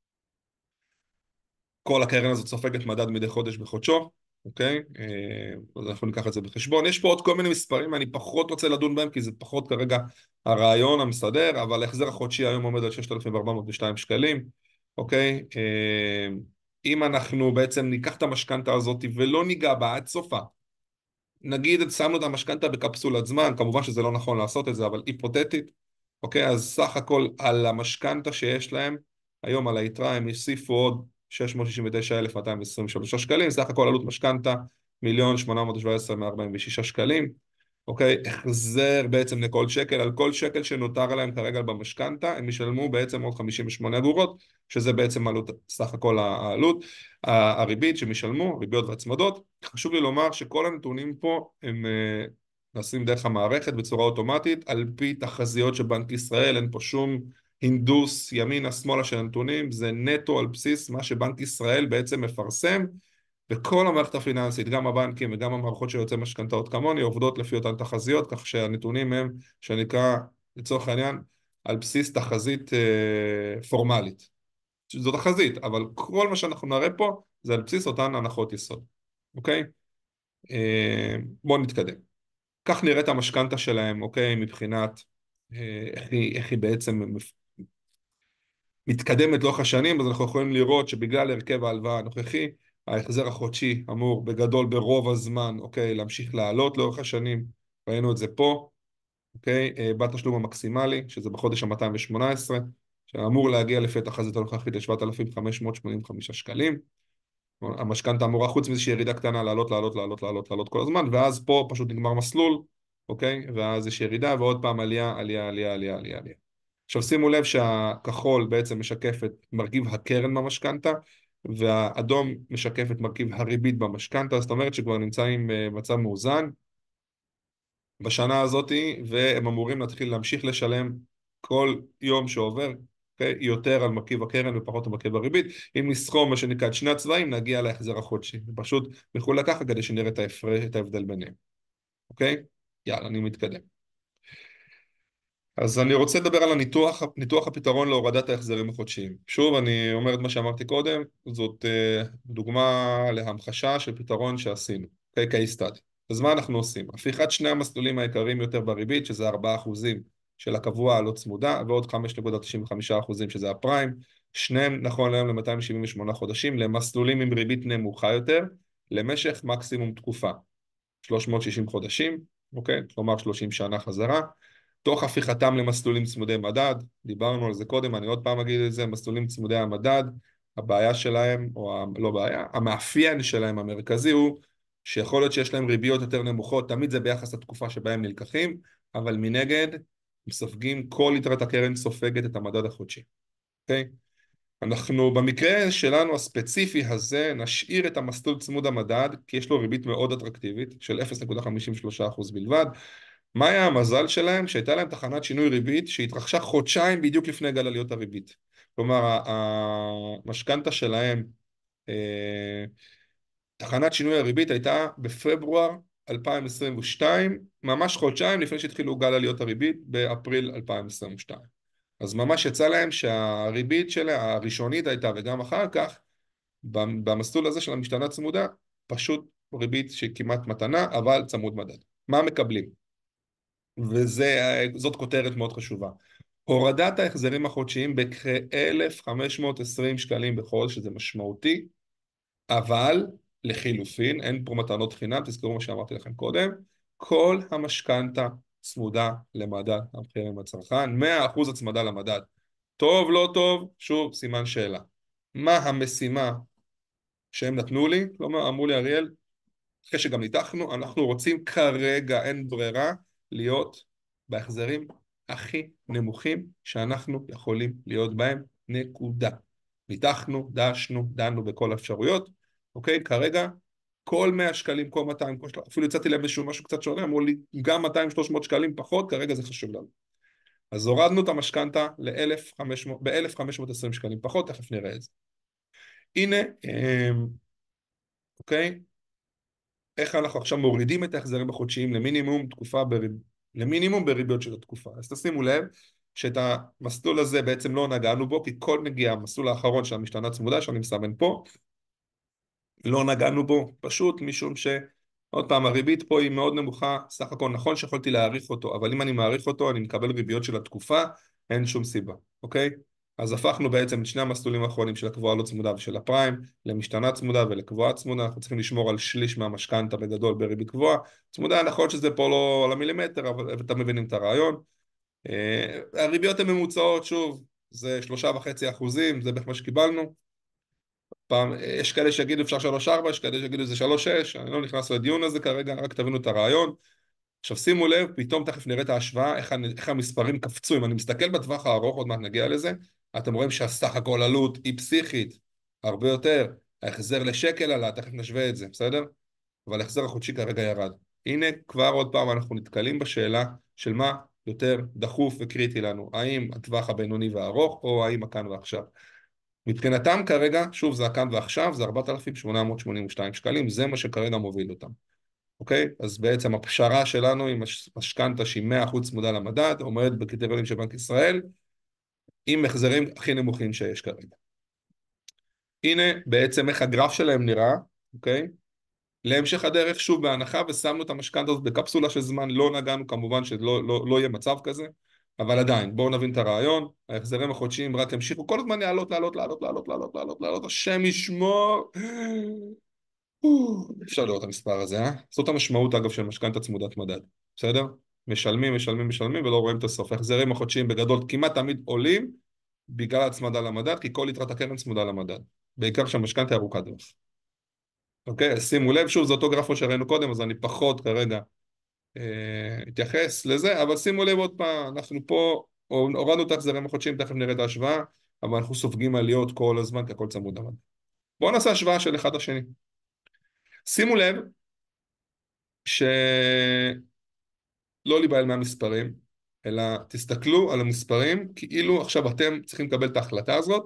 כל הקרן הזאת סופגת מדד מדי חודש בחודשו, אוקיי? אה, אז אנחנו ניקח את זה בחשבון. יש פה עוד כל מיני מספרים, אני פחות רוצה לדון בהם, כי זה פחות כרגע הרעיון המסדר, אבל ההחזר החודשי היום עומד על ששת אלפים וארבע מאות ושתיים שקלים, אוקיי? אה, אם אנחנו בעצם ניקח את המשכנתה הזאת ולא ניגע בה עד סופה, נגיד שמנו את המשכנתה בקפסולת זמן, כמובן שזה לא נכון לעשות את זה, אבל היפותטית, אוקיי, אז סך הכל על המשכנתה שיש להם, היום על היתרה הם יוסיפו עוד שש מאות שישים ותשעה אלף מאתיים עשרים ושלושה שקלים, סך הכל עלות משכנתה מיליון שמונה מאות שבע עשרה אלף מאה ארבעים ושישה שקלים, אוקיי, החזר בעצם לכל שקל, על כל שקל שנותר להם כרגע במשכנתה, הם ישלמו בעצם עוד חמישים ושמונה אגורות, שזה בעצם עלות, סך הכל העלות, הריבית שהם ישלמו, ריביות והצמדות. חשוב לי לומר שכל הנתונים פה הם אה, נעשים דרך המערכת בצורה אוטומטית, על פי תחזיות של בנק ישראל, אין פה שום הינדוס ימינה שמאלה של הנתונים, זה נטו על בסיס מה שבנק ישראל בעצם מפרסם, וכל המערכת הפיננסית, גם הבנקים וגם המערכות של יוצאי משכנתאות כמוני, עובדות לפי אותן תחזיות, כך שהנתונים הם, שנקרא, לצורך העניין, על בסיס תחזית אה, פורמלית. זו תחזית, אבל כל מה שאנחנו נראה פה, זה על בסיס אותן הנחות יסוד, אוקיי? אה, בואו נתקדם. כך נראית המשכנתה שלהם, אוקיי? מבחינת אה, איך היא, איך היא בעצם מתקדמת לאורך השנים, אז אנחנו יכולים לראות שבגלל הרכב ההלוואה הנוכחי, ההחזר החודשי אמור בגדול ברוב הזמן, אוקיי, להמשיך לעלות לאורך השנים, ראינו את זה פה, אוקיי, אה, בתשלום המקסימלי, שזה בחודש ה-מאתיים ושמונה עשרה, שאמור להגיע לפי התחזית הנוכחית ל-שבעת אלפים חמש מאות שמונים וחמישה שקלים, המשכנתה אמורה חוץ מזה שהיא ירידה קטנה לעלות, לעלות, לעלות, לעלות, לעלות כל הזמן, ואז פה פשוט נגמר מסלול, אוקיי, ואז יש ירידה ועוד פעם עלייה, עלייה, עלייה, עלייה, עלייה, עלייה. עכשיו שימו לב שהכחול בעצם משקף את מרכיב הקרן במשכנתה, והאדום משקף את מרכיב הריבית במשכנתה, זאת אומרת שכבר נמצאים במצב מאוזן בשנה הזאת, והם אמורים להתחיל להמשיך לשלם כל יום שעובר, אוקיי? יותר על מרכיב הקרן ופחות על מרכיב הריבית. אם נסכום מה שנקרא את שני הצבעים, נגיע להחזר החודשי. זה פשוט מחולק ככה כדי שנראה את ההפרש, את ההבדל ביניהם, אוקיי? יאללה, אני מתקדם. אז אני רוצה לדבר על הניתוח, ניתוח הפתרון להורדת ההחזרים החודשיים. שוב, אני אומר את מה שאמרתי קודם, זאת uh, דוגמה להמחשה של פתרון שעשינו, אוקיי? case study. אז מה אנחנו עושים? הפיכת שני המסלולים העיקריים יותר בריבית, שזה ארבעה אחוזים של הקבוע הלא צמודה, ועוד חמש נקודה תשעים וחמישה אחוזים שזה הפריים, שניהם נכון היום ל-מאתיים שבעים ושמונה חודשים, למסלולים עם ריבית נמוכה יותר, למשך מקסימום תקופה, שלוש מאות ושישים חודשים, אוקיי? כלומר שלושים שנה חזרה. תוך הפיכתם למסלולים צמודי מדד, דיברנו על זה קודם, אני עוד פעם אגיד את זה, מסלולים צמודי המדד, הבעיה שלהם, או לא בעיה, המאפיין שלהם המרכזי הוא שיכול להיות שיש להם ריביות יותר נמוכות, תמיד זה ביחס לתקופה שבה הם נלקחים, אבל מנגד הם סופגים, כל יתרת הקרן סופגת את המדד החודשי, אוקיי? אנחנו במקרה שלנו הספציפי הזה נשאיר את המסלול צמוד המדד כי יש לו ריבית מאוד אטרקטיבית של אפס נקודה חמישים ושלושה אחוז בלבד. מה היה המזל שלהם? שהייתה להם תחנת שינוי ריבית שהתרחשה חודשיים בדיוק לפני גל עליות הריבית. כלומר, המשכנתה שלהם, אה, תחנת שינוי הריבית הייתה בפברואר אלפיים עשרים ושתיים, ממש חודשיים לפני שהתחילו גל עליות הריבית באפריל אלפיים עשרים ושתיים. אז ממש יצא להם שהריבית שלה, הראשונית הייתה, וגם אחר כך, במסלול הזה של המשתנה צמודה, פשוט ריבית שכמעט מתנה, אבל צמוד מדד. מה מקבלים? וזאת כותרת מאוד חשובה. הורדת ההחזרים החודשיים בכ-אלף חמש מאות ועשרים שקלים בחודש, שזה משמעותי, אבל לחילופין, אין פה מתנות חינם, תזכרו מה שאמרתי לכם קודם, כל המשכנתה צמודה למדד המחירים לצרכן, מאה אחוז הצמדה למדד. טוב, לא טוב, שוב, סימן שאלה. מה המשימה שהם נתנו לי? כלומר, אמרו לי, אריאל, אחרי שגם ניתחנו, אנחנו רוצים כרגע, אין ברירה, להיות בהחזרים הכי נמוכים שאנחנו יכולים להיות בהם, נקודה. ניתחנו, דשנו, דנו בכל האפשרויות, אוקיי? כרגע, כל מאה שקלים, כל מאתיים, כל שלוש, אפילו יצאתי להם איזשהו משהו קצת שונה, אמרו לי, גם מאתיים שלוש מאות שקלים פחות, כרגע זה חשוב לנו. אז הורדנו את המשכנתה ב-אלף חמש מאות ועשרים שקלים פחות, תכף נראה את זה. הנה, אוקיי? איך אנחנו עכשיו מורידים את ההחזרים החודשיים למינימום תקופה בריב... למינימום בריביות של התקופה. אז תשימו לב שאת המסלול הזה בעצם לא נגענו בו, כי כל נגיעה, המסלול האחרון של המשתנה צמודה, שאני מסמן פה, לא נגענו בו, פשוט משום ש... עוד פעם, הריבית פה היא מאוד נמוכה, סך הכל נכון שיכולתי להעריך אותו, אבל אם אני מעריך אותו, אני מקבל ריביות של התקופה, אין שום סיבה, אוקיי? אז הפכנו בעצם את שני המסלולים האחרונים של הקבועה לא צמודה ושל הפריים, למשתנה צמודה ולקבועה צמודה, אנחנו צריכים לשמור על שליש מהמשכנתה בגדול בריבית קבועה, צמודה, נכון שזה פה לא על המילימטר, אבל אתם מבינים את הרעיון. הריביות הממוצעות, שוב, זה שלושה וחצי אחוזים, זה בערך מה שקיבלנו. פעם, יש כאלה שיגידו אפשר שלוש ארבע, יש כאלה שיגידו זה שלוש שש, אני לא נכנס לדיון הזה כרגע, רק תבינו את הרעיון. עכשיו שימו לב, פתאום תכף נראה את ההשוואה, איך, איך המספרים קפצו, אם אני מסתכל בטווח הארוך, עוד מעט נגיע לזה, אתם רואים שהסך הכל עלות היא פסיכית, הרבה יותר, ההחזר לשקל עלה, תכף נשווה את זה, בסדר? אבל ההחזר החודשי כרגע ירד. הנה כבר עוד פעם אנחנו נתקלים בשאלה של מה יותר דחוף וקריטי לנו, האם הטווח הבינוני והארוך, או האם הכאן ועכשיו. מבחינתם כרגע, שוב זה הכאן ועכשיו, זה ארבעת אלפים שמונה מאות שמונים ושתיים שקלים, זה מה שכרגע מוביל אותם. אוקיי? אז בעצם הפשרה שלנו עם משכנתה שהיא מאה אחוז צמודה למדד, עומדת בקריטריונים של בנק ישראל, עם החזרים הכי נמוכים שיש כרגע. הנה בעצם איך הגרף שלהם נראה, אוקיי? להמשך הדרך שוב בהנחה, ושמנו את המשכנתה הזאת בקפסולה של זמן, לא נגענו כמובן שלא לא, לא יהיה מצב כזה, אבל עדיין, בואו נבין את הרעיון, ההחזרים החודשיים רק ימשיכו כל הזמן לעלות, לעלות, לעלות, לעלות, לעלות, לעלות, לעלות, השם ישמור. אפשר לראות את המספר הזה, אה? זאת המשמעות אגב של משכנתה צמודת מדד, בסדר? משלמים, משלמים, משלמים ולא רואים את הסוף. ההחזרים החודשיים בגדול כמעט תמיד עולים בגלל הצמדה למדד, כי כל יתרת הקרן צמודה למדד, בעיקר שהמשכנתה ארוכת דרך. אוקיי, אז שימו לב, שוב, זה אותו גרפו שראינו קודם, אז אני פחות כרגע אה, אתייחס לזה, אבל שימו לב עוד פעם, אנחנו פה הורדנו את ההחזרים החודשיים, תכף נראה את ההשוואה, אבל אנחנו סופגים עליות כל הזמן, כי הכל צמוד למדד. בואו נעשה השוואה של אחד לשני. שימו לב שלא להיבהל מהמספרים, אלא תסתכלו על המספרים כאילו עכשיו אתם צריכים לקבל את ההחלטה הזאת,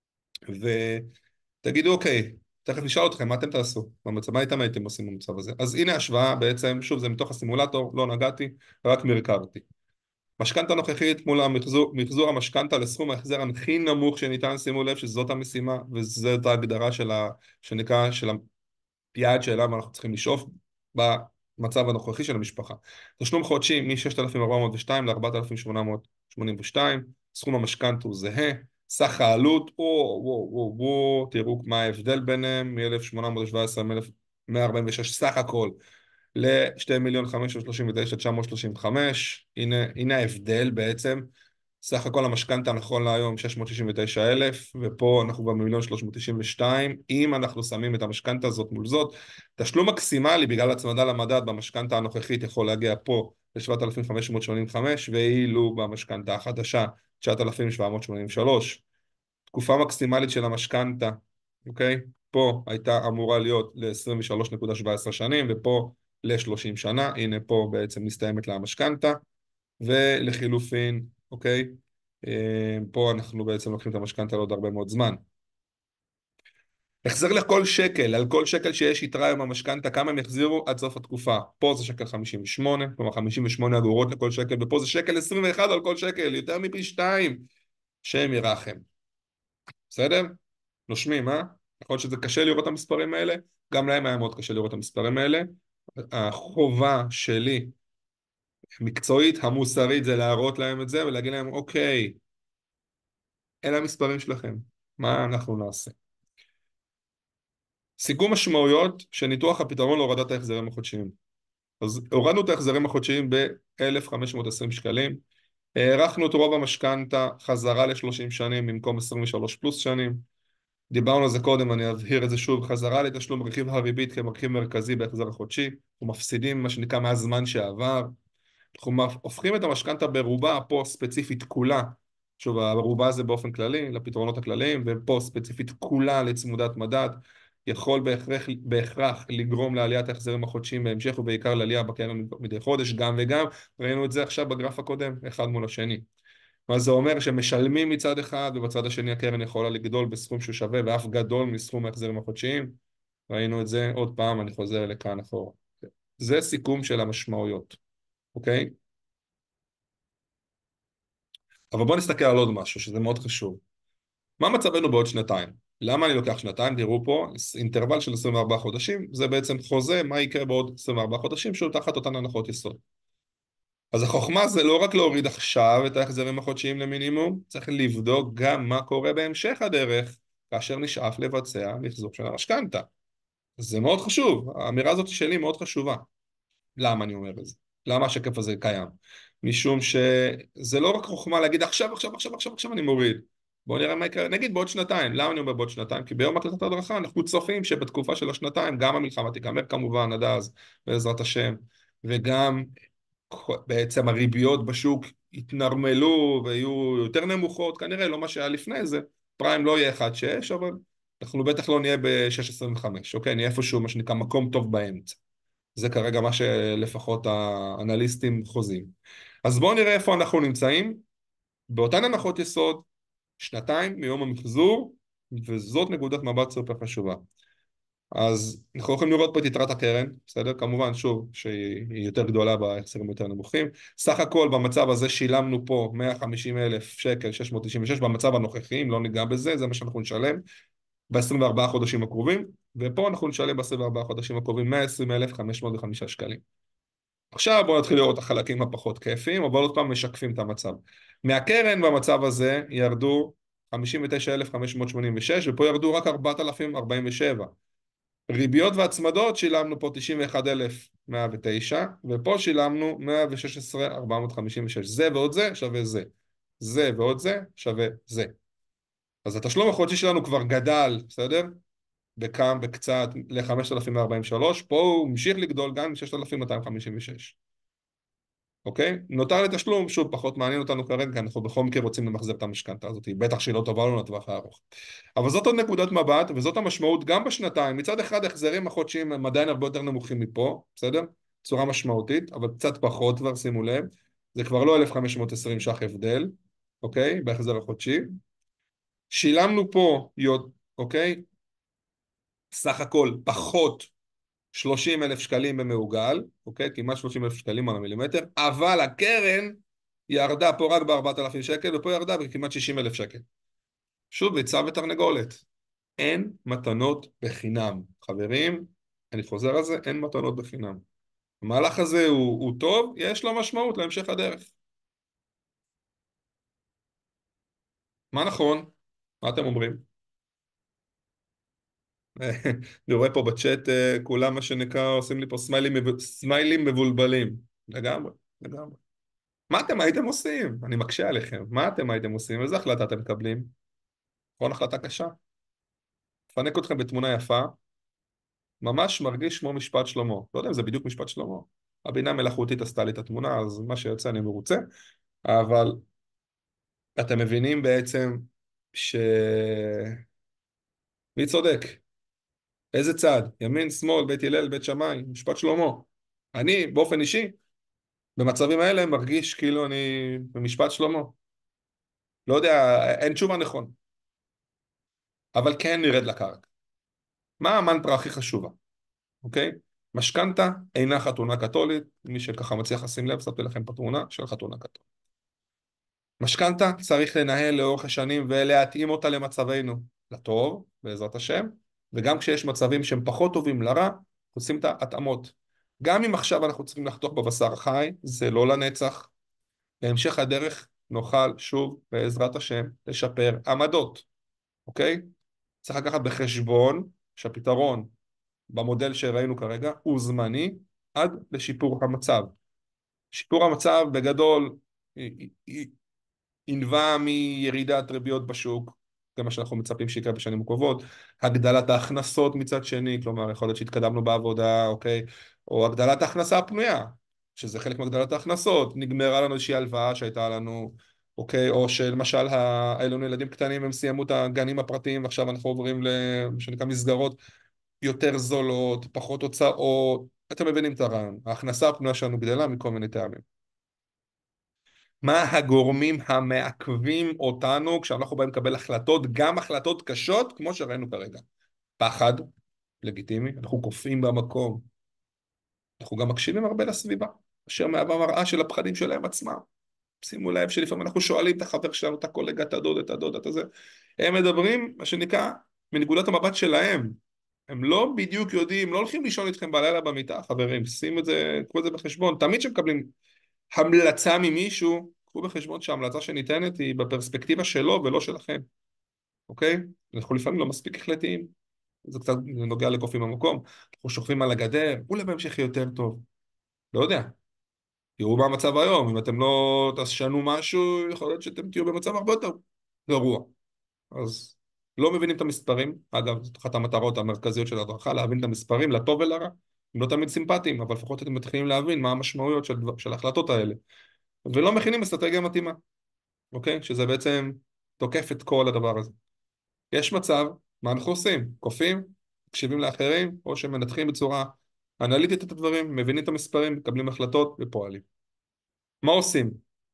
ותגידו אוקיי, תכף נשאל אתכם מה אתם תעשו במצב, מה איתם הייתם עושים במצב הזה. אז הנה השוואה בעצם, שוב זה מתוך הסימולטור, לא נגעתי, רק מרכבתי. משכנתה נוכחית מול המחזור, מחזור המשכנתה לסכום ההחזר הכי נמוך שניתן, שימו לב שזאת המשימה וזאת ההגדרה של ה... שנקרא של היעד שאליו אנחנו צריכים לשאוף במצב הנוכחי של המשפחה. תשלום חודשי מ-ששת אלפים ארבע מאות ושתיים ל-ארבעת אלפים שמונה מאות שמונים ושתיים, סכום המשכנתה הוא זהה, סך העלות, וואו וואו וואו וואו, תראו מה ההבדל ביניהם, מ-אלף שמונה מאות שבע עשרה ל-אלף מאה ארבעים ושש סך הכל. ל-שני מיליון חמש מאות שלושים ותשע אלף תשע מאות שלושים וחמש, הנה, הנה ההבדל בעצם, סך הכל המשכנתה נכון להיום שש מאות שישים ותשע אלף, ופה אנחנו במיליון שלוש מאות תשעים ושתיים, אם אנחנו שמים את המשכנתה הזאת מול זאת, תשלום מקסימלי בגלל הצמדה למדד במשכנתה הנוכחית יכול להגיע פה ל-שבעת אלפים חמש מאות שמונים וחמש, ואילו במשכנתה החדשה תשעת אלפים שבע מאות שמונים ושלוש. תקופה מקסימלית של המשכנתה, אוקיי? פה הייתה אמורה להיות ל-עשרים ושלוש נקודה שבע עשרה שנים, ופה ל-שלושים שנה, הנה פה בעצם מסתיימת לה המשכנתה, ולחילופין, אוקיי? אה, פה אנחנו בעצם לוקחים את המשכנתה לעוד הרבה מאוד זמן. החזר לכל שקל, על כל שקל שיש יתרה עם המשכנתה, כמה הם יחזירו עד סוף התקופה. פה זה שקל חמישים ושמונה, כלומר חמישים ושמונה אגורות לכל שקל, ופה זה שקל עשרים ואחת על כל שקל, יותר מפי שתיים. שם ירחם. בסדר? נושמים, אה? יכול שזה קשה לראות את המספרים האלה, גם להם היה מאוד קשה לראות את המספרים האלה. החובה שלי, מקצועית, המוסרית, זה להראות להם את זה ולהגיד להם, אוקיי, אלה המספרים שלכם, מה אנחנו נעשה? סיכום משמעויות של ניתוח הפתרון להורדת ההחזרים החודשיים. אז הורדנו את ההחזרים החודשיים ב-אלף חמש מאות ועשרים שקלים, הערכנו את רוב המשכנתה חזרה ל-שלושים שנים במקום עשרים ושלוש פלוס שנים, דיברנו על זה קודם, אני אבהיר את זה שוב, חזרה לתשלום רכיב הריבית כמרכיב מרכזי בהחזר החודשי, ומפסידים מה שנקרא מהזמן שעבר, אנחנו הופכים את המשכנתה ברובה, פה ספציפית כולה, שוב הרובה זה באופן כללי, לפתרונות הכלליים, ופה ספציפית כולה לצמודת מדד, יכול בהכרח, בהכרח לגרום לעליית ההחזרים החודשיים בהמשך, ובעיקר לעלייה בקרן מדי חודש, גם וגם, ראינו את זה עכשיו בגרף הקודם, אחד מול השני. מה זה אומר? שמשלמים מצד אחד ובצד השני הקרן יכולה לגדול בסכום שהוא שווה ואף גדול מסכום ההחזרים החודשיים. ראינו את זה עוד פעם, אני חוזר לכאן אחורה. זה סיכום של המשמעויות, אוקיי? אבל בואו נסתכל על עוד משהו שזה מאוד חשוב. מה מצבנו בעוד שנתיים? למה אני לוקח שנתיים? תראו פה, אינטרוול של עשרים וארבעה חודשים, זה בעצם חוזה מה יקרה בעוד עשרים וארבעה חודשים שהוא תחת אותן הנחות יסוד. אז החוכמה זה לא רק להוריד עכשיו את ההחזרים החודשיים למינימום, צריך לבדוק גם מה קורה בהמשך הדרך, כאשר נשאף לבצע מחזור של המשכנתה. זה מאוד חשוב, האמירה הזאת שלי מאוד חשובה. למה אני אומר את זה? למה השקף הזה קיים? משום שזה לא רק חוכמה להגיד עכשיו, עכשיו, עכשיו, עכשיו, עכשיו אני מוריד. בואו נראה מה יקרה, נגיד בעוד שנתיים. למה אני אומר בעוד שנתיים? כי ביום הקלטת ההדרכה אנחנו צופים שבתקופה של השנתיים גם המלחמה תיגמר כמובן עד אז, בעזרת השם, וגם בעצם הריביות בשוק יתנרמלו ויהיו יותר נמוכות, כנראה לא מה שהיה לפני זה, פריים לא יהיה אחד נקודה שש, אבל אנחנו בטח לא נהיה ב-שש נקודה עשרים וחמש, אוקיי? נהיה איפשהו מה שנקרא מקום טוב באמצע. זה כרגע מה שלפחות האנליסטים חוזים. אז בואו נראה איפה אנחנו נמצאים, באותן הנחות יסוד, שנתיים מיום המחזור, וזאת נקודת מבט סופר חשובה. אז אנחנו יכולים לראות פה את יתרת הקרן, בסדר? כמובן, שוב, שהיא יותר גדולה בהחזרים יותר נמוכים. סך הכל במצב הזה שילמנו פה מאה וחמישים אלף שקל, שש מאות תשעים ושש, במצב הנוכחי, אם לא ניגע בזה, זה מה שאנחנו נשלם ב-עשרים וארבעה חודשים הקרובים, ופה אנחנו נשלם ב-עשרים וארבעה חודשים הקרובים מאה ועשרים אלף וחמש מאות וחמישה שקלים. עכשיו בואו נתחיל לראות את החלקים הפחות כיפים, אבל עוד פעם משקפים את המצב. מהקרן במצב הזה ירדו חמישים ותשעה אלף וחמש מאות שמונים ושש, ופה ירדו רק ארבעת אלפים וארבעים ושבע. ריביות והצמדות שילמנו פה תשעים ואחד אלף מאה ותשע, ופה שילמנו מאה ושש עשרה אלף ארבע מאות חמישים ושש. זה ועוד זה שווה זה. זה ועוד זה שווה זה. אז התשלום החודשי שלנו כבר גדל, בסדר? בכם, בקצת, ל-חמשת אלפים וארבעים ושלוש, פה הוא המשיך לגדול גם ל-ששת אלפים מאתיים חמישים ושש. אוקיי? נותר לתשלום, שוב, פחות מעניין אותנו כרגע, כי אנחנו בכל מקרה רוצים למחזר את המשכנתה הזאת, בטח שהיא לא טובה לנו לטווח הארוך. אבל זאת עוד נקודת מבט, וזאת המשמעות גם בשנתיים. מצד אחד, החזרים החודשיים הם עדיין הרבה יותר נמוכים מפה, בסדר? צורה משמעותית, אבל קצת פחות כבר, שימו לב. זה כבר לא אלף וחמש מאות ועשרים ש"ח הבדל, אוקיי? בהחזר החודשי. שילמנו פה, יוד, אוקיי? סך הכל פחות שלושים אלף שקלים במעוגל, אוקיי? כמעט שלושים אלף שקלים על המילימטר, אבל הקרן ירדה פה רק ב-ארבעת אלפים שקל, ופה ירדה בכמעט שישים אלף שקל. שוב, ביצה ותרנגולת. אין מתנות בחינם. חברים, אני חוזר על זה, אין מתנות בחינם. המהלך הזה הוא, הוא טוב, יש לו משמעות להמשך הדרך. מה נכון? מה אתם אומרים? אני רואה פה בצ'אט, אה, כולם מה שנקרא עושים לי פה סמיילים, מבול- סמיילים מבולבלים. לגמרי, לגמרי. מה אתם הייתם עושים? אני מקשה עליכם. מה אתם הייתם עושים? איזה החלטה אתם מקבלים? נכון, החלטה קשה. מפנק אתכם בתמונה יפה, ממש מרגיש כמו משפט שלמה. לא יודע אם זה בדיוק משפט שלמה. הבינה המלאכותית עשתה לי את התמונה, אז מה שיוצא אני מרוצה. אבל אתם מבינים בעצם ש... מי צודק? איזה צד? ימין, שמאל, בית הלל, בית שמאי, משפט שלמה. אני, באופן אישי, במצבים האלה מרגיש כאילו אני במשפט שלמה. לא יודע, אין תשובה נכון. אבל כן נרד לקרקע. מה המנטרה הכי חשובה, אוקיי? משכנתה אינה חתונה קתולית, מי שככה מצליח לשים לב, שמתי לכם פה תמונה של חתונה קתולית. משכנתה צריך לנהל לאורך השנים ולהתאים אותה למצבנו, לטוב, בעזרת השם, וגם כשיש מצבים שהם פחות טובים לרע, עושים את ההתאמות. גם אם עכשיו אנחנו צריכים לחתוך בבשר חי, זה לא לנצח. בהמשך הדרך נוכל שוב, בעזרת השם, לשפר עמדות, אוקיי? צריך לקחת בחשבון שהפתרון במודל שראינו כרגע הוא זמני עד לשיפור המצב. שיפור המצב בגדול ינבע מירידת ריביות בשוק, זה מה שאנחנו מצפים שיקרה בשנים הקרובות, הגדלת ההכנסות מצד שני, כלומר יכול להיות שהתקדמנו בעבודה, אוקיי, או הגדלת ההכנסה הפנויה, שזה חלק מהגדלת ההכנסות, נגמרה לנו איזושהי הלוואה שהייתה לנו, אוקיי, או שלמשל היו לנו ילדים קטנים, הם סיימו את הגנים הפרטיים, ועכשיו אנחנו עוברים למה שנקרא מסגרות יותר זולות, פחות הוצאות, אתם מבינים את הרעיון, ההכנסה הפנויה שלנו גדלה מכל מיני טעמים. מה הגורמים המעכבים אותנו כשאנחנו באים לקבל החלטות, גם החלטות קשות, כמו שראינו כרגע? פחד, לגיטימי, אנחנו קופאים במקום, אנחנו גם מקשיבים הרבה לסביבה, אשר מהווה מראה של הפחדים שלהם עצמם. שימו לב שלפעמים אנחנו שואלים את החבר שלנו, את הקולגה, את הדוד, את הדוד, את הזה, הם מדברים, מה שנקרא, מנקודת המבט שלהם. הם לא בדיוק יודעים, לא הולכים לישון איתכם בלילה במיטה, חברים, שימו את זה, קחו את זה בחשבון. תמיד כשמקבלים המלצה ממישהו, קחו בחשבון שההמלצה שניתנת היא בפרספקטיבה שלו ולא שלכם, אוקיי? אנחנו לפעמים לא מספיק החלטיים, זה קצת נוגע לקופים במקום, אנחנו שוכבים על הגדר, אולי בהמשך יהיה יותר טוב, לא יודע, תראו מה המצב היום, אם אתם לא תשנו משהו, יכול להיות שאתם תהיו במצב הרבה יותר גרוע, אז לא מבינים את המספרים, אגב, זאת אחת המטרות המרכזיות של ההדרכה, להבין את המספרים, לטוב ולרע, הם לא תמיד סימפטיים, אבל לפחות אתם מתחילים להבין מה המשמעויות של, של ההחלטות האלה. ולא מכינים אסטרטגיה מתאימה, אוקיי? שזה בעצם תוקף את כל הדבר הזה. יש מצב, מה אנחנו עושים? קופים, מקשיבים לאחרים, או שמנתחים בצורה אנליטית את הדברים, מבינים את המספרים, מקבלים החלטות ופועלים. מה עושים?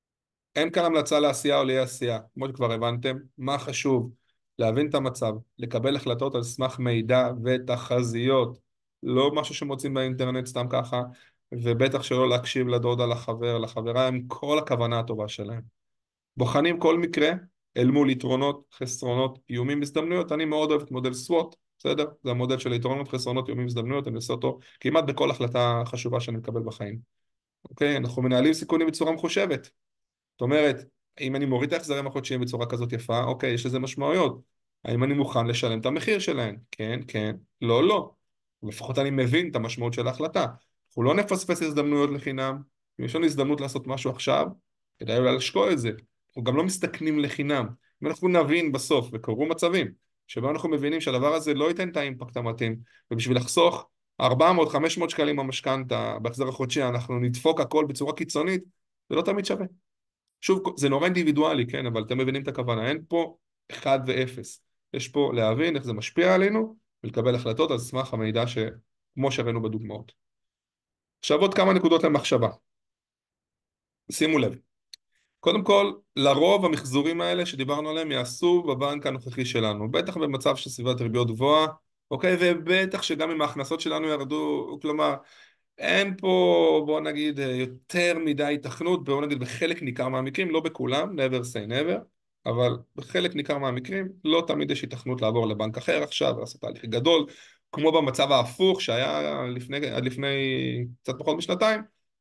אין כאן המלצה לעשייה או לאי עשייה, כמו שכבר הבנתם, מה חשוב? להבין את המצב, לקבל החלטות על סמך מידע ותחזיות, לא משהו שמוצאים באינטרנט סתם ככה, ובטח שלא להקשיב לדודה, לחבר, לחברה, עם כל הכוונה הטובה שלהם. בוחנים כל מקרה אל מול יתרונות, חסרונות, איומים, הזדמנויות. אני מאוד אוהב את מודל סוואט, בסדר? זה המודל של יתרונות, חסרונות, איומים, הזדמנויות, אני עושה אותו כמעט בכל החלטה חשובה שאני מקבל בחיים. אוקיי? אנחנו מנהלים סיכונים בצורה מחושבת. זאת אומרת, אם אני מוריד את ההחזרים החודשיים בצורה כזאת יפה, אוקיי, יש לזה משמעויות. האם אני מוכן לשלם את המחיר שלהן? כן, כן, לא, לא. לפחות אני מבין את המשמעות של ההחלטה. אנחנו לא נפספס הזדמנויות לחינם. אם יש לנו הזדמנות לעשות משהו עכשיו, כדאי אולי לשקול את זה. אנחנו גם לא מסתכנים לחינם. אם אנחנו נבין בסוף, וקרו מצבים, שבו אנחנו מבינים שהדבר הזה לא ייתן את האימפקט המתאים, ובשביל לחסוך ארבע מאות חמש מאות שקלים במשכנתה, בהחזר החודשי, אנחנו נדפוק הכל בצורה קיצונית, זה לא תמיד שווה. שוב, זה נורא אינדיבידואלי, כן, אבל אתם מבינים את הכוונה, אין פה אחד ואפס. יש פה להבין איך זה משפיע עלינו, ולקבל החלטות על סמך המידע שכמו שראינו בדוגמאות. עכשיו עוד כמה נקודות למחשבה. שימו לב. קודם כל, לרוב המחזורים האלה שדיברנו עליהם יעשו בבנק הנוכחי שלנו, בטח במצב של סביבת ריביות גבוהה, אוקיי? ובטח שגם אם ההכנסות שלנו ירדו, כלומר, אין פה, בוא נגיד, יותר מדי התכנות, בוא נגיד בחלק ניכר מהמקרים, לא בכולם, never say never, אבל בחלק ניכר מהמקרים לא תמיד יש התכנות לעבור לבנק אחר עכשיו, לעשות תהליך גדול, כמו במצב ההפוך שהיה לפני, עד לפני קצת פחות משנתיים,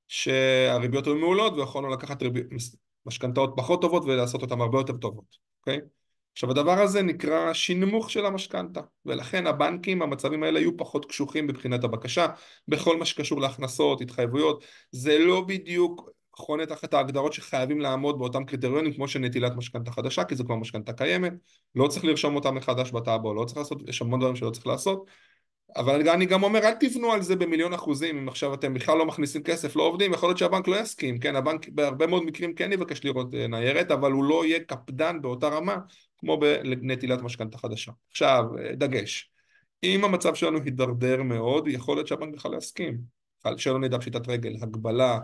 שהריביות היו מעולות ויכולנו לקחת ריביות, משכנתאות פחות טובות ולעשות אותן הרבה יותר טובות, אוקיי? עכשיו הדבר הזה נקרא שינמוך של המשכנתה, ולכן הבנקים, המצבים האלה יהיו פחות קשוחים בבחינת הבקשה, בכל מה שקשור להכנסות, התחייבויות, זה לא בדיוק חונה תחת ההגדרות שחייבים לעמוד באותם קריטריונים כמו שנטילת משכנתה חדשה, כי זו כבר משכנתה קיימת, לא צריך לרשום אותה מחדש בטאבו, לא צריך לעשות, יש המון דברים שלא צריך לעשות, אבל אני גם אומר, אל תבנו על זה במיליון אחוזים, אם עכשיו אתם בכלל לא מכניסים כסף, לא עובדים, יכול להיות שהבנק לא יסכים, כן, הבנק בהרבה מאוד מקרים כן יבקש לראות ניירת, אבל הוא לא יהיה קפדן באותה רמה, כמו בנטילת משכנתה חדשה. עכשיו, דגש, אם המצב שלנו הידרדר מאוד, יכול להיות שהבנק בכלל לא יסכים, שלא נדע פשיטת רגל, הגבלה,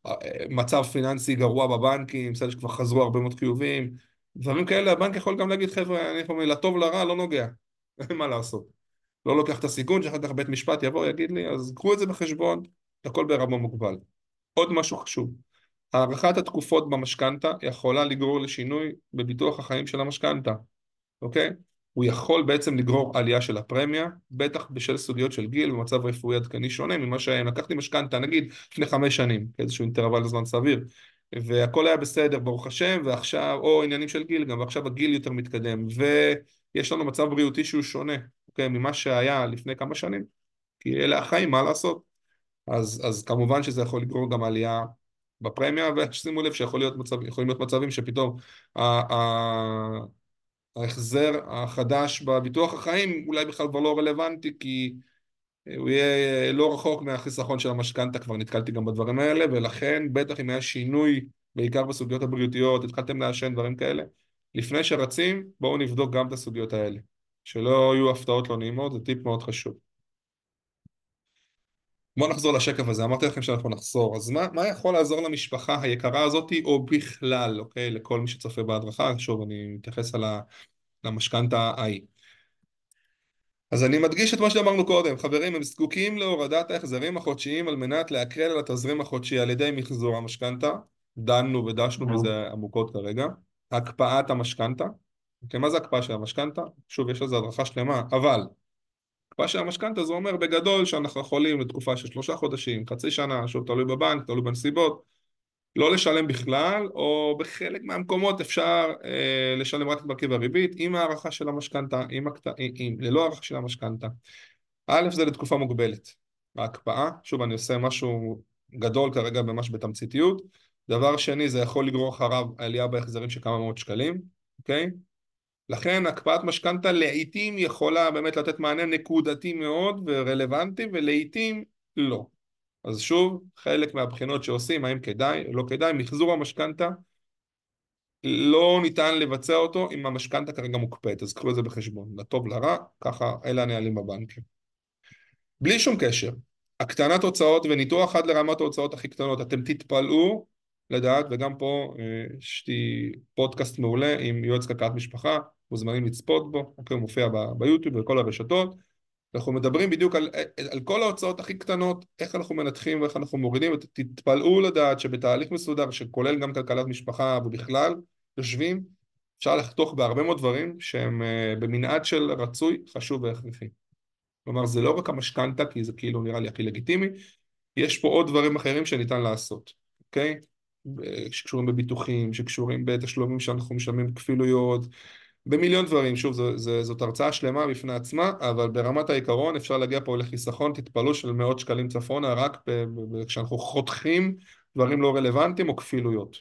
מצב פיננסי גרוע בבנקים, בסדר שכבר חזרו הרבה מאוד חיובים, דברים כאלה, הבנק יכול גם להגיד, חבר'ה, אני יכול, לטוב לרע, לא נוגע, אין מה לעשות. לא לוקח את הסיכון שאחר כך בית משפט יבוא יגיד לי, אז קחו את זה בחשבון, הכל ברמה מוגבל. עוד משהו חשוב, הארכת התקופות במשכנתה יכולה לגרור לשינוי בביטוח החיים של המשכנתה, אוקיי? הוא יכול בעצם לגרור עלייה של הפרמיה, בטח בשל סוגיות של גיל ומצב רפואי עדכני שונה ממה שהם. לקחתי משכנתה, נגיד, לפני חמש שנים, כאיזשהו אינטרוול זמן סביר, והכל היה בסדר, ברוך השם, ועכשיו, או עניינים של גיל גם, ועכשיו הגיל יותר מתקדם, ויש לנו מצב בריאותי שהוא שונה, אוקיי, ממה שהיה לפני כמה שנים, כי אלה החיים, מה לעשות? אז, אז כמובן שזה יכול לגרור גם עלייה בפרמיה, ושימו לב שיכול להיות מצב, יכולים להיות מצבים שפתאום ההחזר החדש בביטוח החיים אולי בכלל כבר לא רלוונטי, כי הוא יהיה לא רחוק מהחיסכון של המשכנתה, כבר נתקלתי גם בדברים האלה, ולכן בטח אם היה שינוי, בעיקר בסוגיות הבריאותיות, התחלתם לעשן דברים כאלה, לפני שרצים, בואו נבדוק גם את הסוגיות האלה, שלא יהיו הפתעות לא נעימות, זה טיפ מאוד חשוב. בואו נחזור לשקף הזה, אמרתי לכם שאנחנו נחזור, אז מה, מה יכול לעזור למשפחה היקרה הזאת, או בכלל, אוקיי, לכל מי שצופה בהדרכה, שוב, אני מתייחס על ה... למשכנתה ההיא. אז אני מדגיש את מה שאמרנו קודם, חברים, הם זקוקים להורדת ההחזרים החודשיים על מנת להקל על התזרים החודשי על ידי מחזור המשכנתה, דנו ודשנו בזה עמוקות כרגע, הקפאת המשכנתה, אוקיי, מה זה הקפאה של המשכנתה? שוב, יש לזה הדרכה שלמה, אבל הקפאה של המשכנתה זה אומר בגדול שאנחנו יכולים לתקופה של שלושה חודשים, חצי שנה, שוב תלוי בבנק, תלוי בנסיבות, לא לשלם בכלל, או בחלק מהמקומות אפשר אה, לשלם רק את מרכיב הריבית, עם הערכה של המשכנתה, עם הקט... עם, עם, ללא הערכה של המשכנתה. א', זה לתקופה מוגבלת. ההקפאה, שוב אני עושה משהו גדול כרגע ממש בתמציתיות. דבר שני, זה יכול לגרור אחריו עלייה בהחזרים של כמה מאות שקלים, אוקיי? לכן הקפאת משכנתה לעיתים יכולה באמת לתת מענה נקודתי מאוד ורלוונטי, ולעיתים לא. אז שוב, חלק מהבחינות שעושים, האם כדאי או לא כדאי, מחזור המשכנתה, לא ניתן לבצע אותו אם המשכנתה כרגע מוקפאת, אז קחו את זה בחשבון, לטוב לרע, ככה אלה הנהלים בבנקים. בלי שום קשר, הקטנת הוצאות וניתוח עד לרמת ההוצאות הכי קטנות, אתם תתפלאו לדעת, וגם פה יש לי פודקאסט מעולה עם יועץ כלכלת משפחה, מוזמנים לצפות בו, אוקיי, הוא מופיע ביוטיוב ובכל הרשתות, אנחנו מדברים בדיוק על, על כל ההוצאות הכי קטנות, איך אנחנו מנתחים ואיך אנחנו מורידים, ותתפלאו לדעת שבתהליך מסודר שכולל גם כלכלת משפחה ובכלל, יושבים, אפשר לחתוך בהרבה מאוד דברים שהם במנעד של רצוי, חשוב והכרחי. כלומר, זה לא רק המשכנתה, כי זה כאילו נראה לי הכי לגיטימי, יש פה עוד דברים אחרים שניתן לעשות, אוקיי? שקשורים בביטוחים, שקשורים בתשלומים שאנחנו משלמים כפילויות, במיליון דברים, שוב, זו, זו, זאת הרצאה שלמה בפני עצמה, אבל ברמת העיקרון אפשר להגיע פה לחיסכון, תתפלאו של מאות שקלים צפונה, רק כשאנחנו חותכים דברים לא רלוונטיים או כפילויות.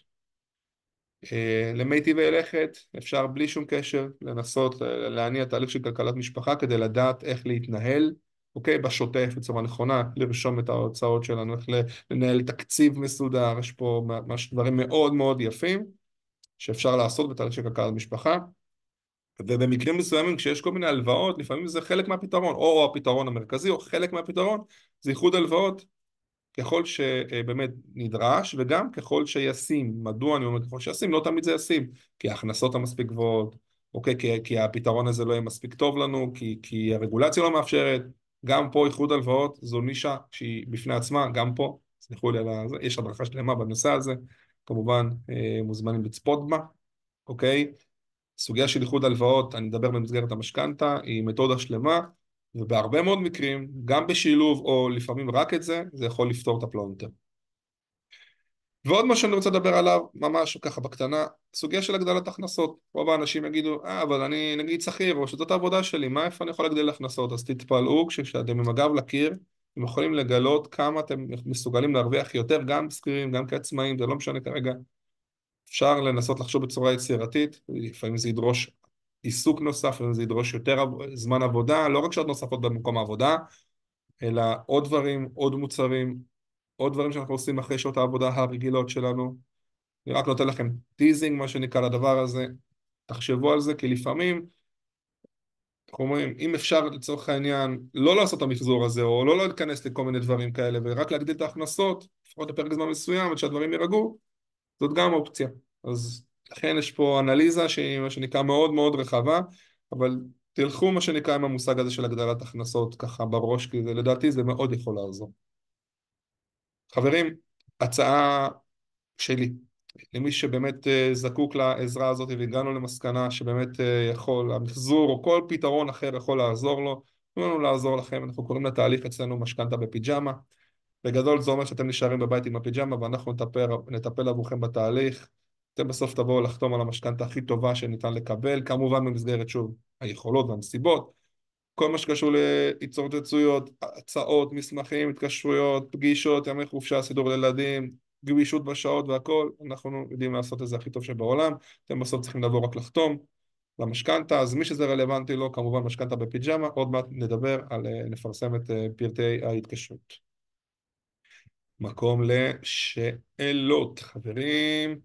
למיטיבי לכת, אפשר בלי שום קשר לנסות להניע תהליך של כלכלת משפחה, כדי לדעת איך להתנהל, אוקיי, בשוטף בצורה נכונה, לרשום את ההוצאות שלנו, איך לנהל תקציב מסודר, יש פה דברים מאוד מאוד יפים, שאפשר לעשות בתהליך של כלכלת משפחה, ובמקרים מסוימים כשיש כל מיני הלוואות, לפעמים זה חלק מהפתרון, או הפתרון המרכזי, או חלק מהפתרון, זה איחוד הלוואות, ככל שבאמת נדרש, וגם ככל שישים. מדוע אני אומר ככל שישים? לא תמיד זה ישים, כי ההכנסות המספיק גבוהות, אוקיי? כי, כי הפתרון הזה לא יהיה מספיק טוב לנו, כי, כי הרגולציה לא מאפשרת. גם פה איחוד הלוואות זו נישה שהיא בפני עצמה, גם פה, סליחו לי על זה, יש הדרכה שלמה בנושא הזה, כמובן אה, מוזמנים לצפות בה, אוקיי? סוגיה של איחוד הלוואות, אני מדבר במסגרת המשכנתה, היא מתודה שלמה, ובהרבה מאוד מקרים, גם בשילוב או לפעמים רק את זה, זה יכול לפתור את הפלונטר. ועוד מה שאני רוצה לדבר עליו, ממש ככה בקטנה, סוגיה של הגדלת הכנסות. רוב האנשים יגידו, אה, אבל אני נגיד שכיר, או שזאת העבודה שלי, מה איפה אני יכול להגדיל הכנסות? אז תתפלאו, כשאתם עם הגב לקיר, אתם יכולים לגלות כמה אתם מסוגלים להרוויח יותר, גם שכירים, גם כעצמאים, זה לא משנה כרגע. אפשר לנסות לחשוב בצורה יצירתית, לפעמים זה ידרוש עיסוק נוסף, לפעמים זה ידרוש יותר זמן עבודה, לא רק שעות נוספות במקום העבודה, אלא עוד דברים, עוד מוצרים, עוד דברים שאנחנו עושים אחרי שעות העבודה הרגילות שלנו. אני רק נותן לכם טיזינג, מה שנקרא, לדבר הזה. תחשבו על זה, כי לפעמים, אנחנו אומרים, אם אפשר לצורך העניין לא לעשות את המחזור הזה, או לא להיכנס לכל מיני דברים כאלה, ורק להגדיל את ההכנסות, לפחות לפרק זמן מסוים, עד שהדברים יירגעו, זאת גם אופציה. אז לכן יש פה אנליזה שהיא מה שנקרא מאוד מאוד רחבה, אבל תלכו מה שנקרא עם המושג הזה של הגדלת הכנסות ככה בראש, כי זה, לדעתי זה מאוד יכול לעזור. חברים, הצעה שלי, למי שבאמת אה, זקוק לעזרה הזאת והגענו למסקנה שבאמת אה, יכול, המחזור או כל פתרון אחר יכול לעזור לו, תנו לנו לעזור לכם. אנחנו קוראים לתהליך אצלנו משכנתה בפיג'מה. בגדול זה אומר שאתם נשארים בבית עם הפיג'מה ואנחנו נטפל, נטפל עבורכם בתהליך. אתם בסוף תבואו לחתום על המשכנתה הכי טובה שניתן לקבל, כמובן במסגרת שוב היכולות והנסיבות. כל מה שקשור ליצור תצויות, הצעות, מסמכים, התקשרויות, פגישות, ימי חופשה, סידור לילדים, גמישות בשעות והכל, אנחנו יודעים לעשות את זה הכי טוב שבעולם. אתם בסוף צריכים לבוא רק לחתום למשכנתה, אז מי שזה רלוונטי לו, כמובן משכנתה בפיג'מה. עוד מעט נדבר על, נפרסם את פרטי ההתקשרות. מקום לשאלות, חברים.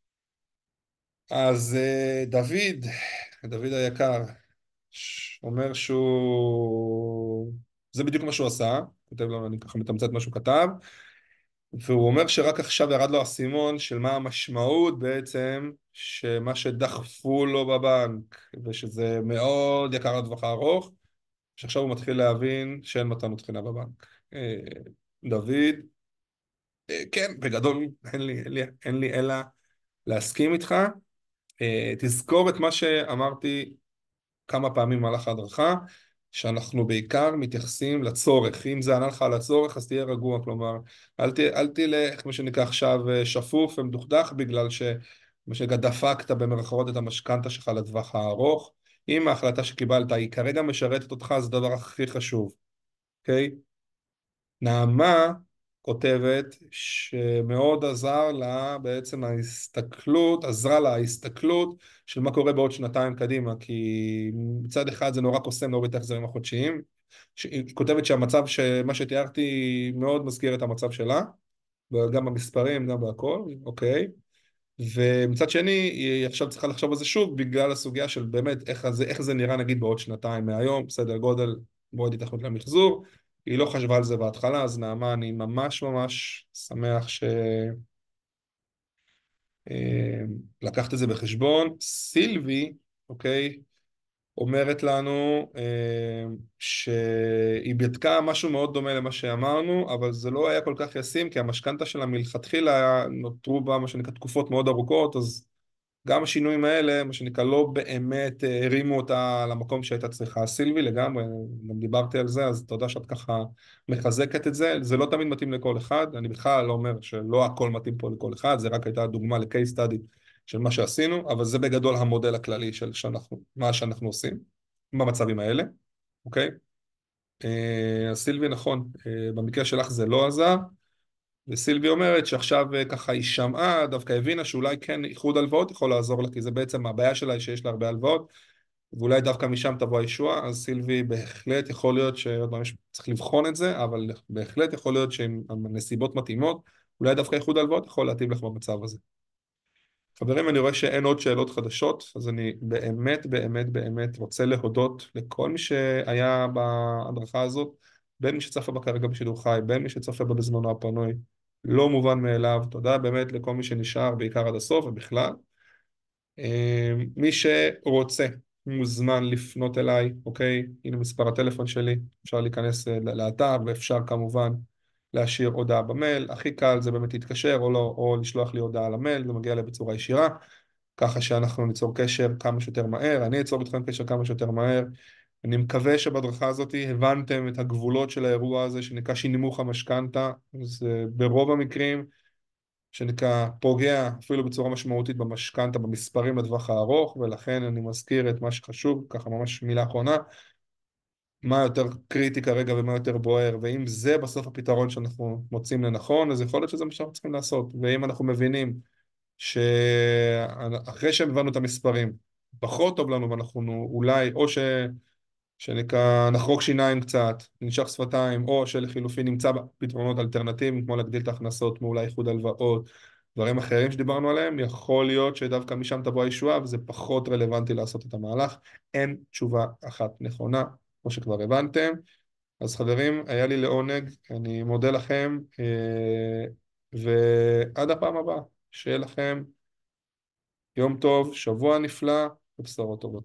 אז דוד, דוד היקר, אומר שהוא... זה בדיוק מה שהוא עשה, כותב לנו, אני ככה מתמצת מה שהוא כתב, והוא אומר שרק עכשיו ירד לו האסימון של מה המשמעות בעצם, שמה שדחפו לו בבנק, ושזה מאוד יקר לטווח הארוך, שעכשיו הוא מתחיל להבין שאין מתנות חינם בבנק. דוד, כן, בגדול אין לי, אין לי, אין לי אלא להסכים איתך. תזכור את מה שאמרתי כמה פעמים במהלך ההדרכה, שאנחנו בעיקר מתייחסים לצורך. אם זה ענה לך על הצורך, אז תהיה רגוע, כלומר, אל, ת, אל תלך, מה שנקרא עכשיו, שפוף ומדוכדך, בגלל ש... מה שנקרא, דפקת במרכאות את המשכנתה שלך לטווח הארוך. אם ההחלטה שקיבלת היא כרגע משרתת אותך, זה הדבר הכי חשוב, אוקיי? נעמה כותבת שמאוד עזר לה בעצם ההסתכלות, עזרה לה ההסתכלות של מה קורה בעוד שנתיים קדימה, כי מצד אחד זה נורא קוסם להוריד את ההחזרים החודשיים. היא כותבת שהמצב, מה שתיארתי מאוד מזכיר את המצב שלה, גם במספרים, גם בהכל, אוקיי. ומצד שני, היא עכשיו צריכה לחשוב על זה שוב, בגלל הסוגיה של באמת איך זה, איך זה נראה נגיד בעוד שנתיים מהיום, בסדר גודל, מועד התאחדות למחזור. היא לא חשבה על זה בהתחלה, אז נעמה, אני ממש ממש שמח שלקחת את זה בחשבון. סילבי, אוקיי, אומרת לנו אה, שהיא בדקה משהו מאוד דומה למה שאמרנו, אבל זה לא היה כל כך ישים, כי המשכנתה שלה מלכתחילה נותרו בה מה שנקרא תקופות מאוד ארוכות, אז גם השינויים האלה, מה שנקרא, לא באמת הרימו אותה למקום שהייתה צריכה. סילבי לגמרי, גם דיברתי על זה, אז תודה שאת ככה מחזקת את זה. זה לא תמיד מתאים לכל אחד, אני בכלל לא אומר שלא הכל מתאים פה לכל אחד, זה רק הייתה דוגמה ל-case study של מה שעשינו, אבל זה בגדול המודל הכללי של שאנחנו, מה שאנחנו עושים במצבים האלה, אוקיי? אז סילבי, נכון, במקרה שלך זה לא עזר, וסילבי אומרת שעכשיו ככה היא שמעה, דווקא הבינה שאולי כן איחוד הלוואות יכול לעזור לה, כי זה בעצם הבעיה שלה היא שיש לה הרבה הלוואות, ואולי דווקא משם תבוא הישועה. אז סילבי בהחלט יכול להיות שעוד פעם צריך לבחון את זה, אבל בהחלט יכול להיות שעם הנסיבות מתאימות, אולי דווקא איחוד הלוואות יכול להתאים לך במצב הזה. חברים, אני רואה שאין עוד שאלות חדשות, אז אני באמת באמת באמת רוצה להודות לכל מי שהיה בהדרכה הזאת. בין מי שצפה בה כרגע בשידור חי, בין מי שצופה בה בזמנו הפנוי, לא מובן מאליו. תודה באמת לכל מי שנשאר, בעיקר עד הסוף ובכלל. אה, מי שרוצה מוזמן לפנות אליי, אוקיי? הנה מספר הטלפון שלי, אפשר להיכנס אה, לאתר, ואפשר כמובן להשאיר הודעה במייל. הכי קל זה באמת להתקשר או לא, או לשלוח לי הודעה למייל, זה מגיע אליי בצורה ישירה, ככה שאנחנו ניצור קשר כמה שיותר מהר, אני אצור איתכם קשר כמה שיותר מהר. אני מקווה שבהדרכה הזאת הבנתם את הגבולות של האירוע הזה שנקרא שינמוך המשכנתא. זה ברוב המקרים שנקרא פוגע אפילו בצורה משמעותית במשכנתא במספרים לטווח הארוך, ולכן אני מזכיר את מה שחשוב, ככה ממש מילה אחרונה, מה יותר קריטי כרגע ומה יותר בוער, ואם זה בסוף הפתרון שאנחנו מוצאים לנכון, אז יכול להיות שזה מה שאנחנו צריכים לעשות. ואם אנחנו מבינים שאחרי שהבנו את המספרים פחות טוב לנו ואנחנו אולי או ש... שנקרא נחרוק שיניים קצת, ננשך שפתיים, או שלחילופין נמצא פתרונות אלטרנטיביים כמו להגדיל את ההכנסות, כמו אולי איחוד הלוואות, דברים אחרים שדיברנו עליהם, יכול להיות שדווקא משם תבוא הישועה וזה פחות רלוונטי לעשות את המהלך. אין תשובה אחת נכונה, כמו שכבר הבנתם. אז חברים, היה לי לעונג, אני מודה לכם, אה, ועד הפעם הבאה, שיהיה לכם יום טוב, שבוע נפלא ובשורות טובות.